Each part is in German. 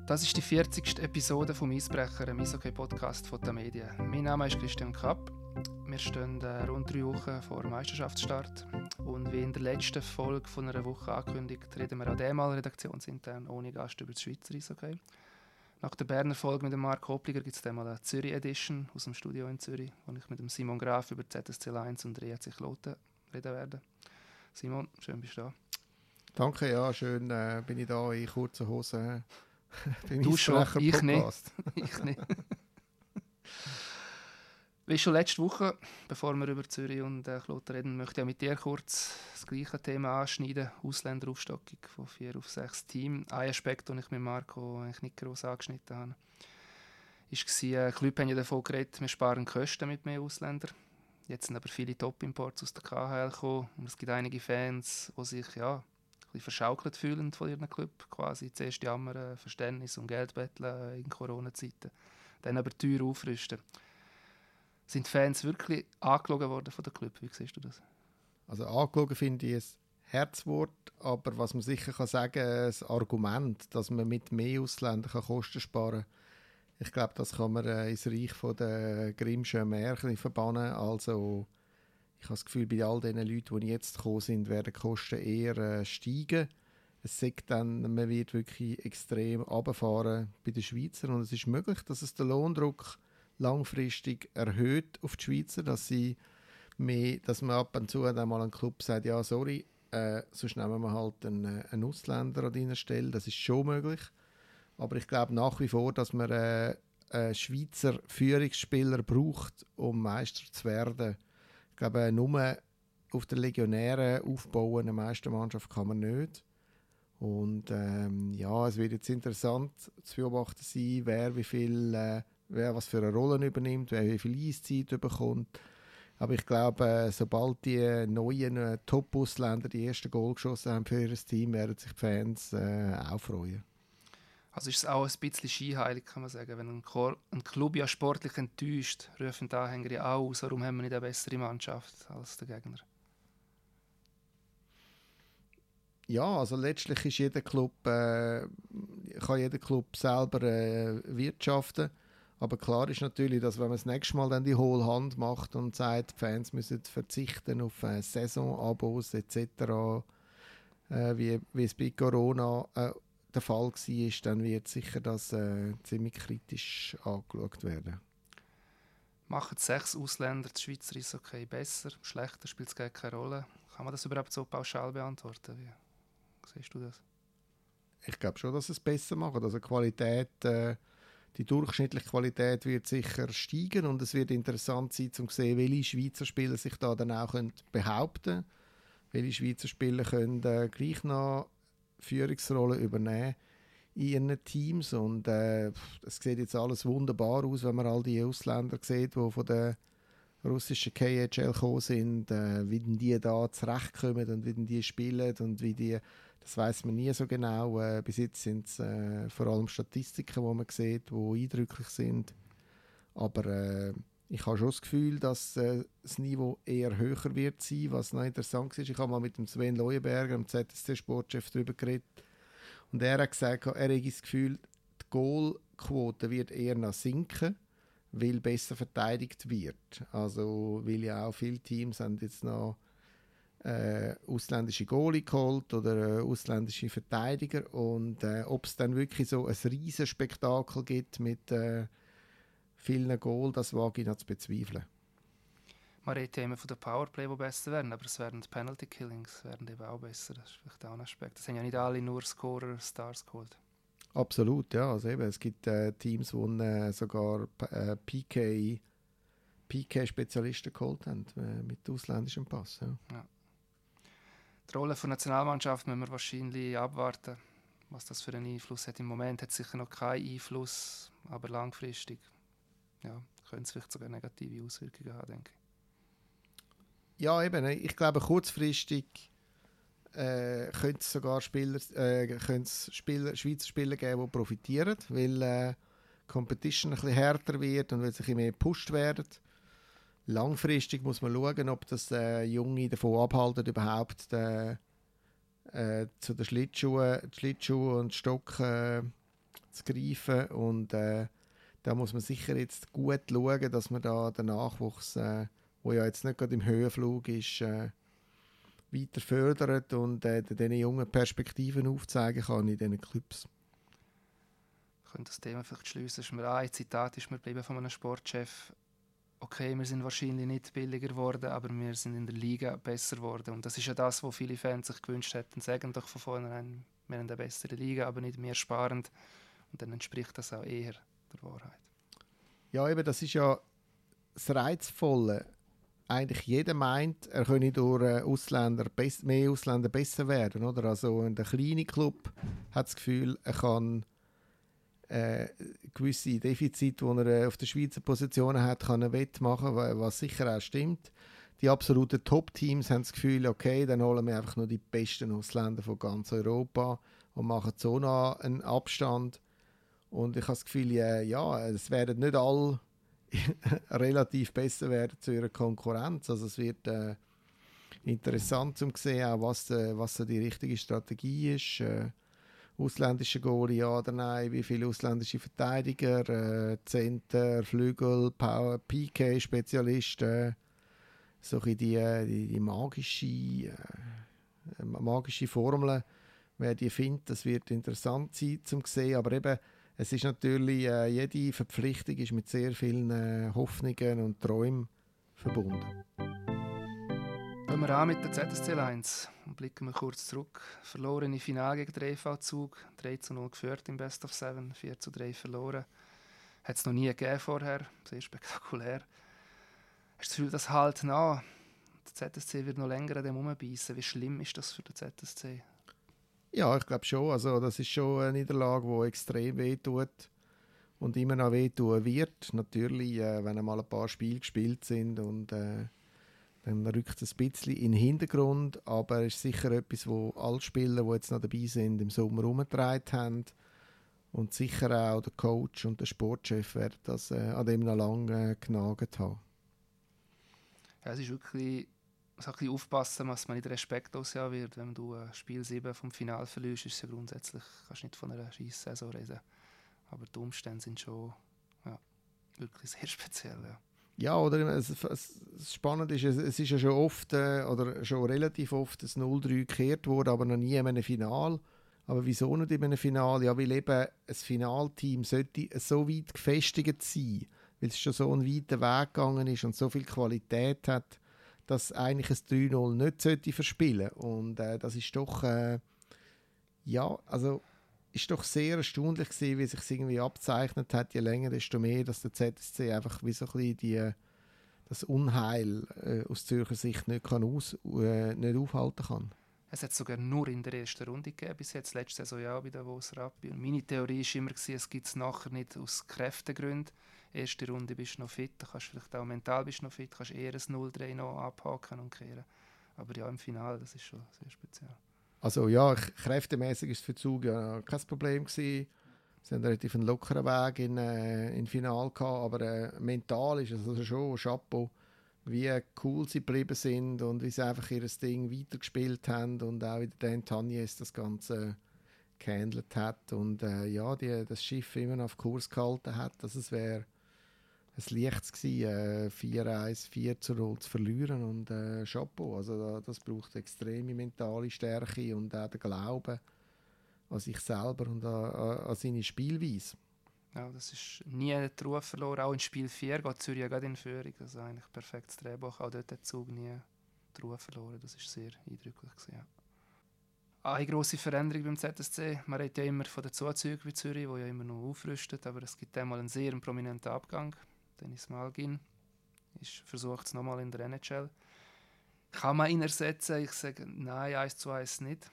Das ist die 40. Episode vom Eisbrecher, einem Eishockey-Podcast von Tamedia. Mein Name ist Christian Kapp. Wir stehen rund 3 Wochen vor dem Meisterschaftsstart. Und wie in der letzten Folge von einer Woche angekündigt, reden wir auch diesmal redaktionsintern ohne Gast über das Schweizer Eishockey. Nach der Berner Folge mit dem Marc Hoppliger gibt es diesmal eine Zürich-Edition aus dem Studio in Zürich, wo ich mit dem Simon Graf über ZSC Lions und EHC Kloten reden werde. Simon, schön bist du da. Danke, ja, schön bin ich da in kurzen Hosen. Du schon, ich nicht. Ich nicht. Wie schon letzte Woche, bevor wir über Zürich und Kloten reden, möchte ich mit dir kurz das gleiche Thema anschneiden. Ausländeraufstockung von 4 auf 6 Teams. Ein Aspekt, den ich mit Marco eigentlich nicht gross angeschnitten habe, war, die Clubs haben ja davon geredet, wir sparen Kosten mit mehr Ausländern. Jetzt sind aber viele Top-Imports aus der KHL gekommen und es gibt einige Fans, die sich verschaukelt fühlen von ihrem Club, quasi zuerst jammern, Verständnis und Geld betteln in Corona-Zeiten, dann aber teuer aufrüsten. Sind die Fans wirklich angelogen worden von der Club? Wie siehst du das? Also angelogen finde ich ein Herzwort, aber was man sicher kann sagen, das Argument, dass man mit mehr Ausländern Kosten sparen kann, ich glaube, das kann man ins Reich von der Grimmschen Märchen verbannen. Also ich habe das Gefühl, bei all den Leuten, die jetzt gekommen sind, werden die Kosten eher steigen. Es sagt dann, man wird wirklich extrem runterfahren bei den Schweizern. Und es ist möglich, dass es den Lohndruck langfristig erhöht auf die Schweizer, dass man ab und zu dann mal einen Club sagt, ja, sorry, sonst nehmen wir halt einen Ausländer an deiner Stelle. Das ist schon möglich. Aber ich glaube nach wie vor, dass man einen Schweizer Führungsspieler braucht, um Meister zu werden. Ich glaube, nur auf der Legionären aufbauen, eine Meistermannschaft kann man nicht. Und es wird jetzt interessant zu beobachten sein, wer was für eine Rolle übernimmt, wer wie viel Eiszeit bekommt. Aber ich glaube, sobald die neuen Top-Ausländer die ersten Goal geschossen haben für ihr Team, werden sich die Fans auch freuen. Also ist es auch ein bisschen scheinheilig, kann man sagen. Wenn ein Club ja sportlich enttäuscht, rufen die Anhänger ja auch aus, warum haben wir nicht eine bessere Mannschaft als der Gegner? Ja, also letztlich ist kann jeder Club selber wirtschaften. Aber klar ist natürlich, dass wenn man das nächste Mal dann die Hohlhand macht und sagt, die Fans müssen verzichten auf Saisonabos etc., wie es bei Corona der Fall war, dann wird sicher das ziemlich kritisch angeschaut werden. Machen 6 Ausländer das Schweizer Eishockey besser, schlechter, spielt es gar keine Rolle? Kann man das überhaupt so pauschal beantworten? Wie siehst du das? Ich glaube schon, dass es besser macht. Also die durchschnittliche Qualität wird sicher steigen und es wird interessant sein, um zu sehen, welche Schweizer Spieler sich da dann auch behaupten können. Welche Schweizer Spieler können gleich noch Führungsrolle übernehmen in ihren Teams. Und es sieht jetzt alles wunderbar aus, wenn man all die Ausländer sieht, die von der russischen KHL gekommen sind, wie die da zurechtkommen und wie die spielen und wie die, das weiss man nie so genau. Bis jetzt sind es vor allem Statistiken, die man sieht, die eindrücklich sind. Aber ich habe schon das Gefühl, dass das Niveau eher höher wird sein, was noch interessant ist. Ich habe mal mit dem Sven Leuenberger, dem ZSC-Sportchef, darüber geredet. Und er hat gesagt, er hat das Gefühl, die Goalquote wird eher noch sinken, weil besser verteidigt wird. Also, weil ja auch viele Teams haben jetzt noch ausländische Goalie geholt oder ausländische Verteidiger. Und ob es dann wirklich so ein riesen Spektakel gibt mit vielen Goal, das wage ich noch zu bezweifeln. Man redet ja immer von den Powerplay, die besser werden, aber es werden die Penalty Killings werden eben auch besser. Das ist vielleicht auch ein Aspekt. Das haben ja nicht alle nur Scorer, Stars geholt. Absolut, ja. Also eben, es gibt Teams, die sogar PK-Spezialisten geholt haben mit ausländischem Pass. Ja. Ja. Die Rolle der Nationalmannschaft müssen wir wahrscheinlich abwarten, was das für einen Einfluss hat. Im Moment hat es sicher noch keinen Einfluss, aber langfristig könnte es vielleicht sogar negative Auswirkungen haben, denke ich. Ja, eben. Ich glaube, kurzfristig könnte es sogar Schweizer Spieler geben, die profitieren, weil die Competition ein bisschen härter wird und weil sie ein bisschen mehr gepusht werden. Langfristig muss man schauen, ob das Junge davon abhalten, überhaupt zu den Schlittschuhen und Stock zu greifen. Und da muss man sicher jetzt gut schauen, dass man da den Nachwuchs, der ja jetzt nicht gerade im Höhenflug ist, weiter fördert und diesen jungen Perspektiven aufzeigen kann in diesen Clubs. Ich könnte das Thema vielleicht schliessen. Ein Zitat ist mir geblieben von einem Sportchef: Okay, wir sind wahrscheinlich nicht billiger geworden, aber wir sind in der Liga besser geworden. Und das ist ja das, was viele Fans sich gewünscht hätten. Sagen doch von vornherein, wir haben eine bessere Liga, aber nicht mehr sparend. Und dann entspricht das auch eher der Wahrheit. Ja, eben, das ist ja das Reizvolle. Eigentlich jeder meint, er könne durch mehr Ausländer besser werden. Oder? Also ein kleiner Club hat das Gefühl, er kann gewisse Defizite, die er auf der Schweizer Position hat, kann er wettmachen, was sicher auch stimmt. Die absoluten Top-Teams haben das Gefühl, okay, dann holen wir einfach nur die besten Ausländer von ganz Europa und machen so noch einen Abstand. Und ich habe das Gefühl, ja, es werden nicht alle relativ besser werden zu ihrer Konkurrenz. Also es wird interessant zu sehen, auch was so die richtige Strategie ist. Ausländische Goalie, ja oder nein, wie viele ausländische Verteidiger, Center, Flügel, Power, PK-Spezialisten, so die magische Formel, wer die findet, das wird interessant sein zum sehen, aber eben, es ist natürlich, jede Verpflichtung ist mit sehr vielen Hoffnungen und Träumen verbunden. Fangen wir an mit der ZSC 1 und blicken wir kurz zurück. Verlorene Finale gegen den EV Zug, 3:0 geführt im Best of 7, 4:3 verloren. Hat es noch nie gegeben vorher, sehr spektakulär. Hast du das Gefühl, das halt nach? Der ZSC wird noch länger an dem rumbeissen. Wie schlimm ist das für den ZSC? Ja, ich glaube schon. Also, das ist schon eine Niederlage, die extrem wehtut und immer noch wehtun wird. Natürlich, wenn einmal ein paar Spiele gespielt sind und dann rückt es ein bisschen in den Hintergrund, aber es ist sicher etwas, wo alle Spieler, die jetzt noch dabei sind, im Sommer herumgetragen haben. Und sicher auch der Coach und der Sportchef werden das an dem noch lange genagt haben. Ja, es ist wirklich ein bisschen aufpassen, dass man nicht respektlos wird. Wenn du Spiel 7 vom Finale verlierst, ist es ja grundsätzlich, kannst du nicht von einer Scheisssaison reden. Aber die Umstände sind schon wirklich sehr speziell. Ja. Ja, oder es spannend ist, es ist ja schon oft oder schon relativ oft ein 0-3 gekehrt worden, aber noch nie in einem Finale. Aber wieso nicht in einem Finale? Ja, weil eben ein Finalteam sollte so weit gefestigt sein, weil es schon so einen weiten Weg gegangen ist und so viel Qualität hat, dass eigentlich ein 3-0 nicht sollte verspielen. Und das ist doch ist doch sehr erstaunlich gewesen, wie sich irgendwie abzeichnet hat, je länger, desto mehr, dass der ZSC einfach wie so ein bisschen das Unheil aus Zürcher Sicht nicht aufhalten kann. Es hat sogar nur in der ersten Runde gegeben, bis jetzt letzte Saison ja bei Davos Rappi. Und meine Theorie war immer, es gibt es nachher nicht aus Kräftegründen. Erste Runde bist du noch fit, da kannst vielleicht auch mental bist noch fit, kannst eher ein 0-3 noch abhaken und kehren. Aber ja, im Finale, das ist schon sehr speziell. Also ja, kräftemäßig ist es für Zug ja kein Problem gewesen. Sie haben relativ einen lockeren Weg in Finale gehabt, aber mental ist es also schon Chapeau, wie cool sie geblieben sind und wie sie einfach ihr Ding weitergespielt haben und auch wie der Dan Tanies das Ganze gehandelt hat und das Schiff immer noch auf Kurs gehalten hat. Also es wäre ein leichtes gewesen, 4-1, 4-0 zu verlieren und Chapeau. Also das braucht extreme mentale Stärke und auch den Glauben an sich selber und an seine Spielweise. Ja, das ist nie die Ruhe verloren. Auch in Spiel 4 geht Zürich ja gerade in Führung. Also eigentlich perfektes Drehbuch. Auch dort hat der Zug nie die Ruhe verloren. Das war sehr eindrücklich gewesen, ja. Eine grosse Veränderung beim ZSC. Man redet ja immer von den Zuzügen bei Zürich, die ja immer noch aufrüstet. Aber es gibt einmal einen sehr prominenten Abgang. Dennis Malgin versucht es nochmal in der NHL. Kann man ihn ersetzen? Ich sage nein, 1:1 nicht.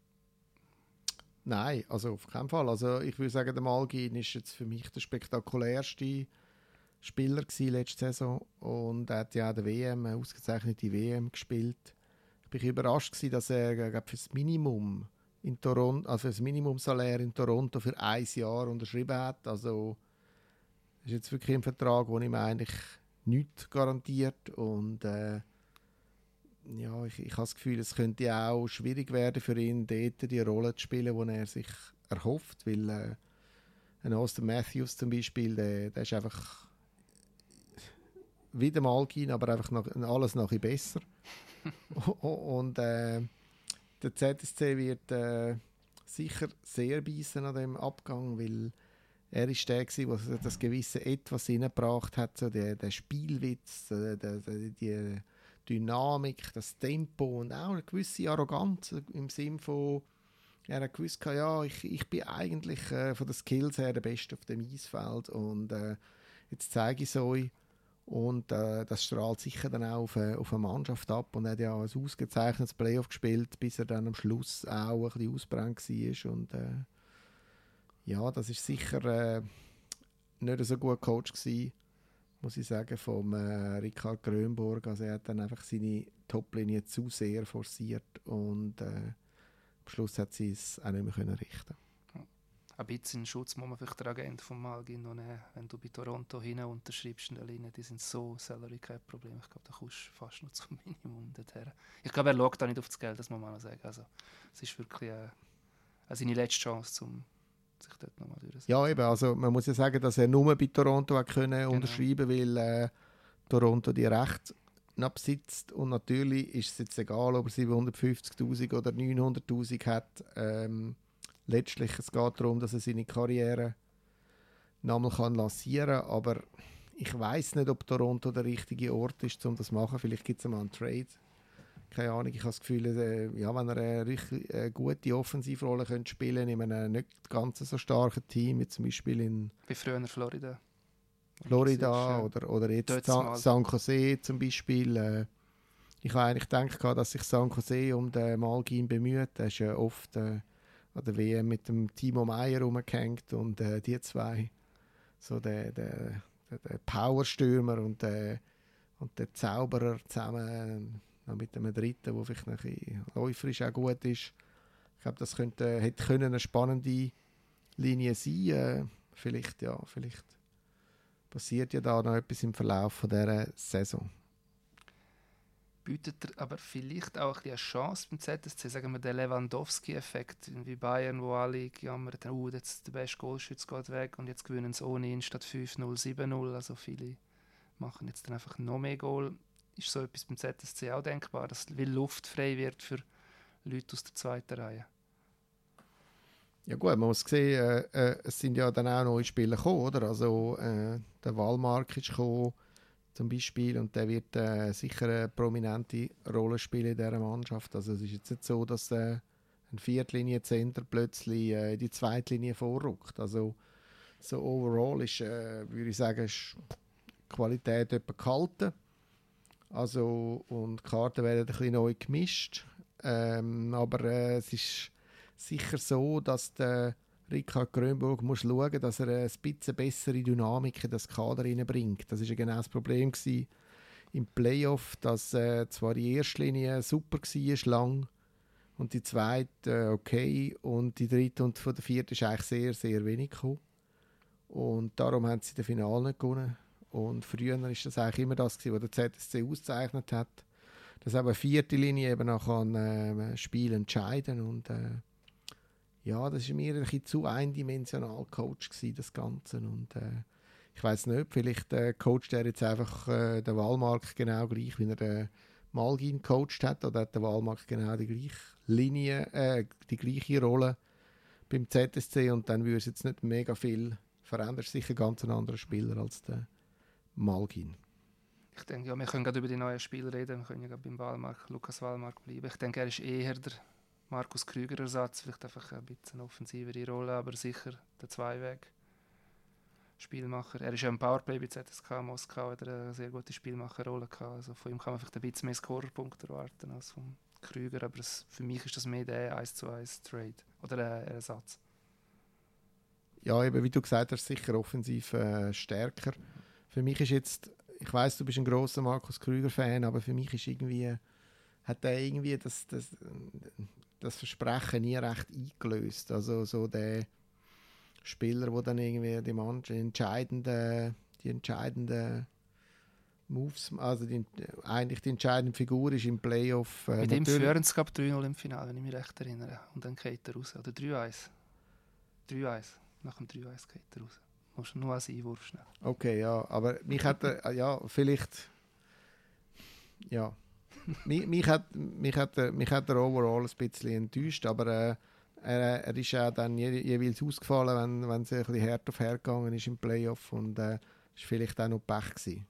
Nein, also auf keinen Fall. Also ich würde sagen, der Malgin ist jetzt für mich der spektakulärste Spieler gewesen letzte Saison und er hat ja auch eine ausgezeichnete WM gespielt. Ich war überrascht gewesen, dass er für das Minimum in Toronto, also das Minimumsalär in Toronto für 1 Jahr unterschrieben hat. Also das ist jetzt wirklich ein Vertrag, der ihm eigentlich nichts garantiert und ich habe das Gefühl, es könnte auch schwierig werden für ihn, dort die Rolle zu spielen, die er sich erhofft, weil ein Austin Matthews zum Beispiel, der ist einfach wieder Malgin, aber einfach alles noch ein bisschen besser. Und der ZSC wird sicher sehr beißen an dem Abgang, weil er ist der gewesen, der das gewisse Etwas reingebracht hat, so der Spielwitz, die Dynamik, das Tempo und auch eine gewisse Arroganz im Sinn von, er hat gewusst, ja, ich bin eigentlich von den Skills her der Beste auf dem Eisfeld und jetzt zeige ich es euch. Und das strahlt sicher dann auch auf eine Mannschaft ab. Und er hat ja ein ausgezeichnetes Playoff gespielt, bis er dann am Schluss auch ein bisschen ausbrennt war. Und ja, das ist sicher nicht so gut Coach gewesen, muss ich sagen, vom Richard Grönborg. Also er hat dann einfach seine Toplinie zu sehr forciert und am Schluss hat sie es auch nicht mehr richten. Ein bisschen in Schutz muss man vielleicht der Agent von Malgin noch nehmen. Wenn du bei Toronto hin unterschreibst in der Linie, die sind so Salary Cap Probleme. Ich glaube, da kommst du fast nur zum Minimum dorthin. Ich glaube, er schaut da nicht auf das Geld, das muss man mal sagen. Also, es ist wirklich seine letzte Chance, um sich dort nochmal durchzusetzen. Ja, eben. Also, man muss ja sagen, dass er nur bei Toronto unterschreiben konnte, weil Toronto die Rechte besitzt. Und natürlich ist es jetzt egal, ob er 750'000 oder 900'000 hat. Letztlich es geht darum, dass er seine Karriere nochmal lancieren kann. Aber ich weiß nicht, ob Toronto der richtige Ort ist, um das zu machen. Vielleicht gibt es mal einen Trade. Keine Ahnung, ich habe das Gefühl, wenn er eine richtig gute Offensivrolle könnte spielen in einem nicht ganz so starken Team, wie zum Beispiel in wie früher in Florida oder jetzt San Jose zum Beispiel. Ich habe eigentlich gedacht, dass sich San Jose um den Malgin bemüht. Er ist ja oft an der WM mit dem Timo Meyer rumgehängt und die zwei, so der Powerstürmer und der Zauberer zusammen mit einem Dritten, der vielleicht ein bisschen läuferisch auch gut ist. Ich glaube, das hätte eine spannende Linie sein. Vielleicht passiert ja da noch etwas im Verlauf von dieser Saison. Bietet er aber vielleicht auch eine Chance beim ZSC, sagen wir den Lewandowski-Effekt, wie Bayern, wo alle gejammert haben, jetzt der beste Goalschütze geht weg und jetzt gewinnen sie ohne ihn statt 5-0, 7-0. Also viele machen jetzt dann einfach noch mehr Goal. Ist so etwas beim ZSC auch denkbar, dass weil Luft frei wird für Leute aus der zweiten Reihe? Ja gut, man muss sehen, es sind ja dann auch neue Spieler gekommen, oder? Also der Wallmark ist gekommen, zum Beispiel, und der wird sicher eine prominente Rolle spielen in dieser Mannschaft. Also es ist jetzt nicht so, dass ein Viertlinie-Center plötzlich in die Zweitlinie vorrückt. Also so overall ist, würde ich sagen, ist die Qualität etwa gehalten. Also, und die Karten werden ein bisschen neu gemischt. Aber es ist sicher so, dass der Richard Grönborg muss schauen, dass er ein bisschen bessere Dynamik in das Kader reinbringt. Das war ja genau das Problem im Playoff, dass zwar die erste Linie super war, lang, und die zweite okay, und die dritte und von der vierte ist eigentlich sehr, sehr wenig gekommen. Und darum haben sie das Finale nicht gewonnen. Und früher war das eigentlich immer das, was der ZSC ausgezeichnet hat, dass eben eine vierte Linie eben auch ein Spiel entscheiden kann. Und ja, das war mir ein bisschen zu eindimensional Coach gewesen, das Ganze. Und ich weiss nicht, vielleicht coacht er jetzt einfach den Wallmark genau gleich, wie er den Malgin coacht hat, oder hat der Wallmark genau die gleiche Linie, die gleiche Rolle beim ZSC, und dann würde es jetzt nicht mega viel verändern. Es ist sicher ganz ein anderer Spieler als der Malgin. Ich denke, ja, wir können gerade über die neuen Spieler reden. Wir können ja gerade beim Lukas Wallmark bleiben. Ich denke, er ist eher der Markus Krüger-Ersatz, vielleicht einfach ein bisschen offensivere Rolle, aber sicher der Zweiweg-Spielmacher. Er ist ja im Powerplay bei ZSK Moskau, hat er eine sehr gute Spielmacherrolle gehabt. Also von ihm kann man vielleicht ein bisschen mehr Scorerpunkte erwarten als von Krüger, aber für mich ist das mehr der 1:1 Trade oder Ersatz. Ja, eben wie du gesagt hast, sicher offensiv stärker. Für mich ist jetzt, ich weiss, du bist ein grosser Markus Krüger-Fan, aber für mich ist irgendwie, hat er irgendwie das Versprechen nie recht eingelöst. Also so der Spieler, der dann irgendwie die entscheidenden Moves, also eigentlich die entscheidende Figur ist im Playoff. Mit ihm führen es 3-0 im Finale, wenn ich mich recht erinnere. Und dann geht er raus. Oder 3-1. 3-1. nach dem 3-1 geht er raus. Musst du nur als Einwurf schnell. Okay, ja, aber mich hat ja, vielleicht, ja, mich hat er overall ein bisschen enttäuscht, aber er ist auch dann jeweils ausgefallen, wenn es ein bisschen hart auf hart gegangen ist im Playoff und ist vielleicht auch noch Pech gewesen.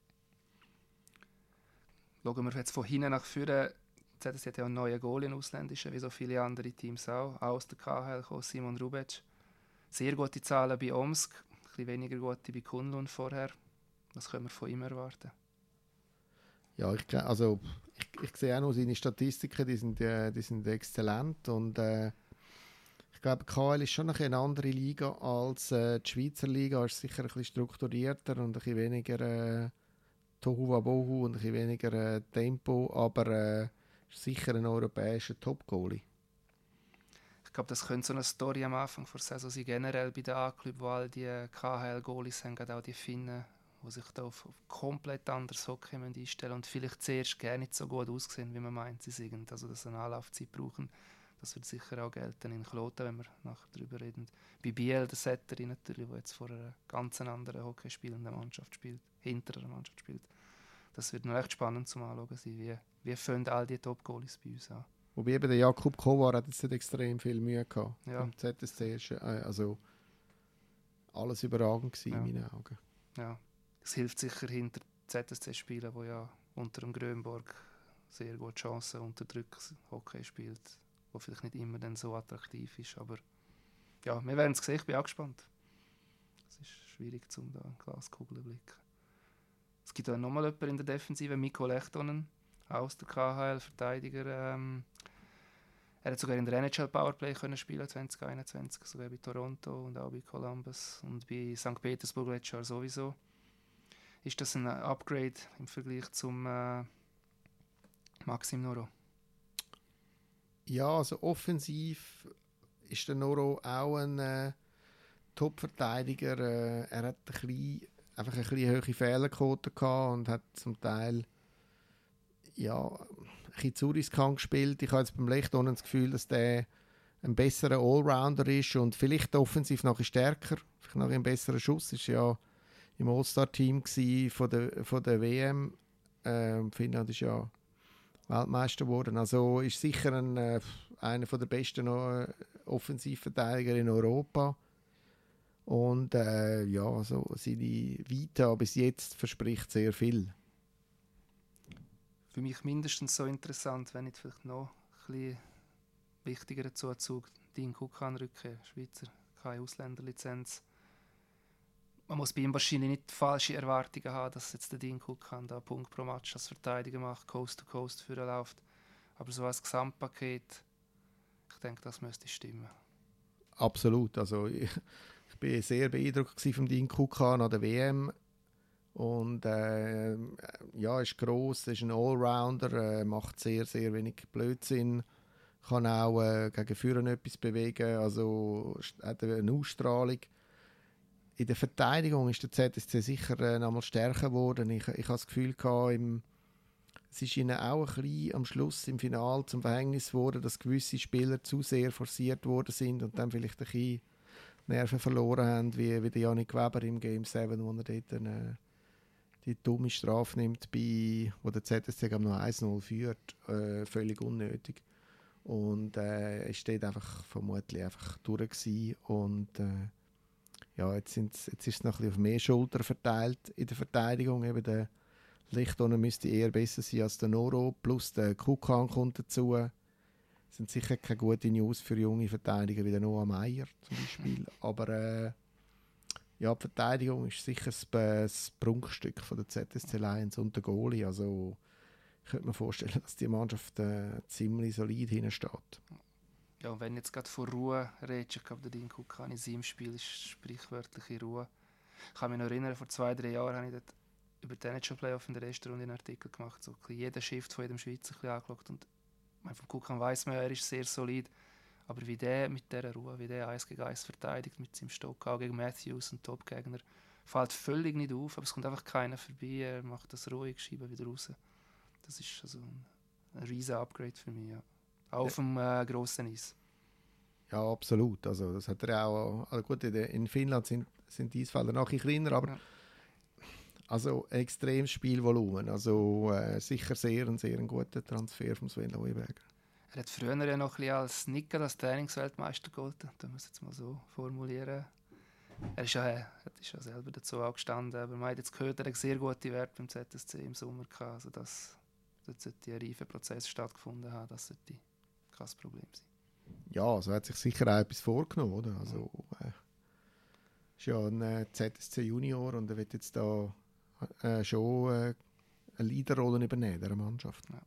Schauen wir jetzt von hinten nach vorne. ZSC hat ja einen neuen Goal in ausländischen, wie so viele andere Teams auch aus der KHL gekommen, Simon Rubec. Sehr gute Zahlen bei Omsk, ein bisschen weniger gute bei Kunlun vorher. Was können wir von ihm erwarten? Ja, ich sehe auch noch seine Statistiken, die sind exzellent und ich glaube, KHL ist schon eine andere Liga als die Schweizer Liga, ist sicher ein bisschen strukturierter und ein bisschen weniger Tohuwabohu und ein bisschen weniger Tempo, aber ist sicher ein europäischer Top-Goalie. Ich glaube, das könnte so eine Story am Anfang der Saison sein, generell bei den A-Clubs, wo all die KHL-Goalies haben, gerade auch die Finnen, die sich da auf komplett anderes Hockey einstellen und vielleicht zuerst gar nicht so gut aussehen, wie man meint, sie sind. Also, dass sie eine Anlaufzeit brauchen. Das wird sicher auch gelten in Kloten, wenn wir nachher darüber reden. Bei Biel, der Setteri natürlich, der jetzt vor einer ganz anderen Hockey spielenden Mannschaft spielt, hinter einer Mannschaft spielt. Das wird noch echt spannend zum Anschauen sein, wie fangen all die Top-Goalies bei uns an. Wobei eben der Jakub Kovar hat jetzt nicht extrem viel Mühe gehabt. Ja. Im ZSC ist also alles überragend gewesen, in meinen Augen. Ja, es hilft sicher hinter ZSC-Spielen, wo ja unter dem Grönborg sehr gute Chancen unter Druck Hockey spielt, wo vielleicht nicht immer dann so attraktiv ist, aber ja, wir werden es sehen, ich bin auch gespannt. Es ist schwierig, da in die Glaskugel zu blicken. Es gibt auch nochmal jemanden in der Defensive, Mikko Lehtonen, aus der KHL, Verteidiger. Er hat sogar in der NHL Powerplay können spielen 2021, sogar bei Toronto und auch bei Columbus und bei St. Petersburg letztes Jahr sowieso. Ist das ein Upgrade im Vergleich zum Maxim Noro? Ja, also offensiv ist der Noro auch ein Top-Verteidiger. Er hat einfach ein bisschen hohe Fehlerquote gehabt und hat zum Teil ein bisschen zu riskant gespielt. Ich habe jetzt beim Lechtonen das Gefühl, dass der ein besserer Allrounder ist und vielleicht offensiv noch stärker, vielleicht noch ein besserer Schuss. Ist ja im All-Star-Team von der WM. Finnland ist ja Weltmeister geworden. Also ist sicher einer der besten Offensivverteidiger in Europa. Und also seine Vita bis jetzt verspricht sehr viel. Für mich mindestens so interessant, wenn nicht vielleicht noch ein bisschen wichtiger Zuzug, Dean Kukan rückkehr, Schweizer, keine Ausländerlizenz. Man muss bei ihm wahrscheinlich nicht falsche Erwartungen haben, dass jetzt der Dean Kukan da Punkt pro Match als Verteidiger macht, Coast to Coast führen läuft. Aber so als Gesamtpaket, ich denke, das müsste stimmen. Absolut. Also ich bin sehr beeindruckt von Dean Kukan an der WM. Und ist gross, ist ein Allrounder, macht sehr, sehr wenig Blödsinn, kann auch gegen Führen etwas bewegen, also hat eine Ausstrahlung. In der Verteidigung ist der ZSC sicher noch mal stärker geworden. Ich habe das Gefühl gehabt, es ist ihnen auch ein bisschen am Schluss im Finale zum Verhängnis geworden, dass gewisse Spieler zu sehr forciert worden sind und dann vielleicht ein bisschen Nerven verloren haben, wie der Yannick Weber im Game 7, wo er dort die dumme Strafe nimmt, wo der ZSC noch 1-0 führt, völlig unnötig. Und ist dort einfach vermutlich einfach durch gewesen. Und jetzt ist es noch ein bisschen auf mehr Schultern verteilt in der Verteidigung. Eben der Lechtonen müsste eher besser sein als der Noro, plus der Kukan kommt dazu. Das sind sicher keine gute News für junge Verteidiger wie der Noah Meyer zum Beispiel. Aber die Verteidigung ist sicher das Prunkstück von der ZSC Lions und der Goalie. Also ich könnte mir vorstellen, dass die Mannschaft ziemlich solid hinsteht. Ja, und wenn jetzt gerade von Ruhe redest, ich glaube, der Dean Kukan in seinem Spiel ist sprichwörtliche Ruhe. Ich kann mich noch erinnern, vor 2-3 Jahren habe ich dort über den NHL Playoff in der ersten Runde einen Artikel gemacht, so jeden Shift von jedem Schweizer angeschaut. Und vom Kukan weiss man ja, er ist sehr solid. Aber wie der mit dieser Ruhe, wie der 1 gegen 1 verteidigt mit seinem Stock, auch gegen Matthews, einen Top-Gegner, fällt völlig nicht auf, aber es kommt einfach keiner vorbei, er macht das ruhig, schiebt wieder raus. Das ist also ein riesen Upgrade für mich, ja. Auch auf dem grossen Eis. Ja, absolut. Also, das hat er auch. Also gut, in Finnland sind die Eisfelder noch ein bisschen kleiner, aber also ein extremes Spielvolumen. Also sicher ein sehr guter Transfer vom Sven Leuenberger. Er hat früher ja noch ein bisschen als Nicker, als Trainingsweltmeister gegolten. Da muss ich jetzt mal so formulieren. Er ist ja selber dazu angestanden, aber man hat jetzt gehört, er hat sehr gute Werte beim ZSC im Sommer gehabt. Also dort sollte ein reifer Prozess stattgefunden haben, das sollte kein Problem sein. Ja, also hat sich sicher auch etwas vorgenommen, oder? Also ist ja ein ZSC Junior und er wird jetzt da schon eine Leaderrolle übernehmen in dieser Mannschaft. Ja.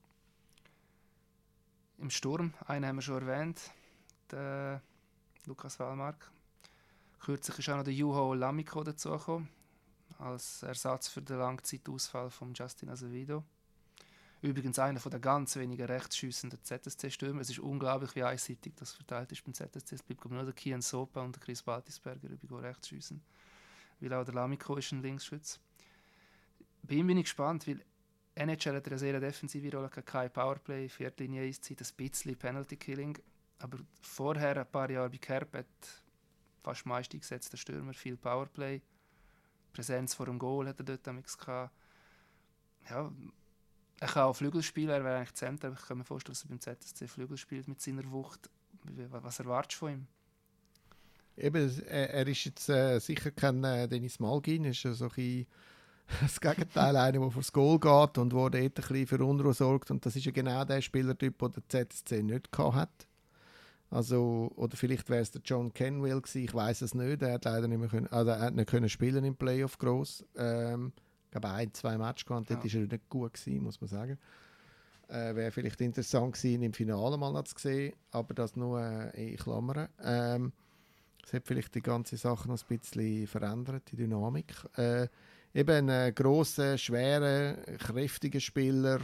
Im Sturm, einen haben wir schon erwähnt, der Lukas Wallmark. Kürzlich ist auch noch der Juho Lamiko dazugekommen, als Ersatz für den Langzeitausfall von Justin Azevedo. Übrigens einer der ganz wenigen rechtsschüssenden ZSC-Stürmer. Es ist unglaublich, wie einseitig das verteilt ist beim ZSC. Es bleibt nur der Kian Sopa und der Chris Baltisberger übrigens rechts schiessen. Weil auch der Lamiko ist ein Linksschütz. Bei ihm bin ich gespannt, weil NHL hat eine sehr defensive Rolle, kein Powerplay, Viertlinie Eiszeit, ein bisschen Penalty-Killing. Aber vorher, ein paar Jahre bei Kerb, hat fast meist eingesetzter Stürmer, viel Powerplay. Präsenz vor dem Goal hat er dort damals gehabt. Ja, er kann auch Flügel spielen, er wäre eigentlich Center, aber ich kann mir vorstellen, dass er beim ZSC Flügel spielt mit seiner Wucht. Was erwartest du von ihm? Eben, er ist jetzt sicher kein Dennis Malgin, ist so ein bisschen das Gegenteil, einer, der vors Goal geht und der dort ein bisschen für Unruhe sorgt. Und das ist ja genau der Spielertyp, den der ZSC nicht hat. Also, oder vielleicht wäre es der John Kenwell gewesen, ich weiß es nicht. Er hat leider nicht mehr können, also er hat nicht können spielen im Playoff gross. Ich glaube, 1-2 Matches gehabt, dort war er nicht gut gewesen, muss man sagen. Wäre vielleicht interessant gewesen, ihn im Finale mal noch zu sehen, aber das nur in Klammern. Das hat vielleicht die ganze Sache noch ein bisschen verändert, die Dynamik. Eben ein grosser, schwerer, kräftiger Spieler,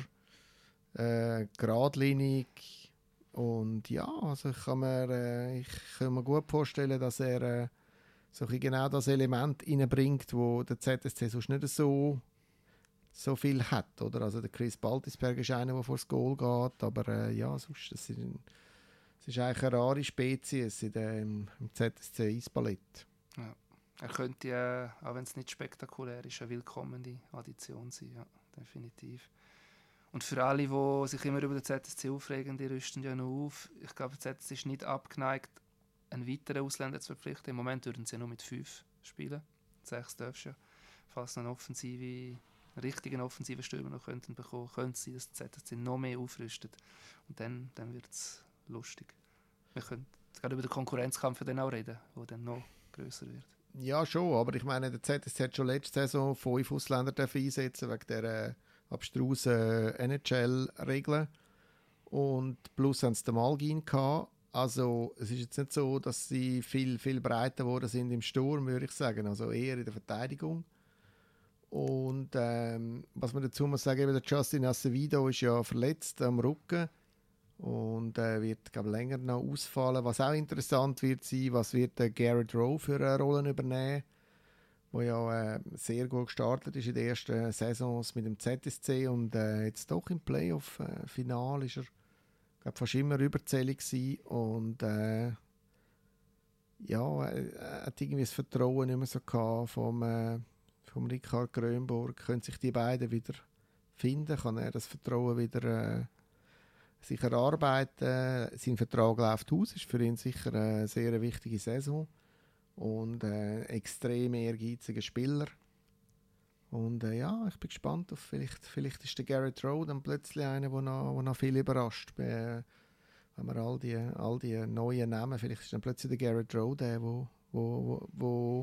geradlinig. Und ja, also ich kann mir gut vorstellen, dass er so genau das Element reinbringt, wo der ZSC sonst nicht so viel hat. Oder? Also der Chris Baltisberger ist einer, der vor das Goal geht, aber ja, sonst es ist eigentlich eine rare Spezies im ZSC Eisballett. Ja. Er könnte, auch wenn es nicht spektakulär ist, eine willkommene Addition sein, ja, definitiv. Und für alle, die sich immer über den ZSC aufregen, die rüsten ja noch auf. Ich glaube, der ZSC ist nicht abgeneigt, einen weiteren Ausländer zu verpflichten. Im Moment würden sie ja nur mit 5 spielen. 6 darfst du ja. Falls noch einen richtigen offensiven Stürmer noch bekommen könnten, könnte es sein, dass der ZSC noch mehr aufrüstet. Und dann wird es lustig. Wir können gerade über den Konkurrenzkampf dann auch reden, der dann noch grösser wird. Ja, schon, aber ich meine, der ZSC hat schon letzte Saison 5 Ausländer einsetzen wegen der abstrusen NHL-Regeln. Und plus haben sie den Malgin gehabt. Also es ist jetzt nicht so, dass sie viel breiter geworden sind im Sturm, würde ich sagen. Also eher in der Verteidigung. Und was man dazu muss sagen, der Justin Acevedo ist ja verletzt am Rücken. Und wird, glaube ich, länger noch ausfallen. Was auch interessant wird sein, was wird der Garrett Rowe für Rollen übernehmen, der ja sehr gut gestartet ist in den ersten Saisons mit dem ZSC und jetzt doch im Playoff-Final ist er, glaube fast immer überzählig gewesen. Und er hat irgendwie das Vertrauen nicht mehr so gehabt vom Richard Grönborg. Können sich die beiden wieder finden? Kann er das Vertrauen wieder sich erarbeiten? Sein Vertrag läuft aus, ist für ihn sicher eine sehr wichtige Saison und extrem ehrgeiziger Spieler. Und ich bin gespannt auf vielleicht ist der Garrett Rowe dann plötzlich einer, der noch viel überrascht. Wenn wir all die neuen Namen, vielleicht ist dann plötzlich der Garrett Rowe der, wo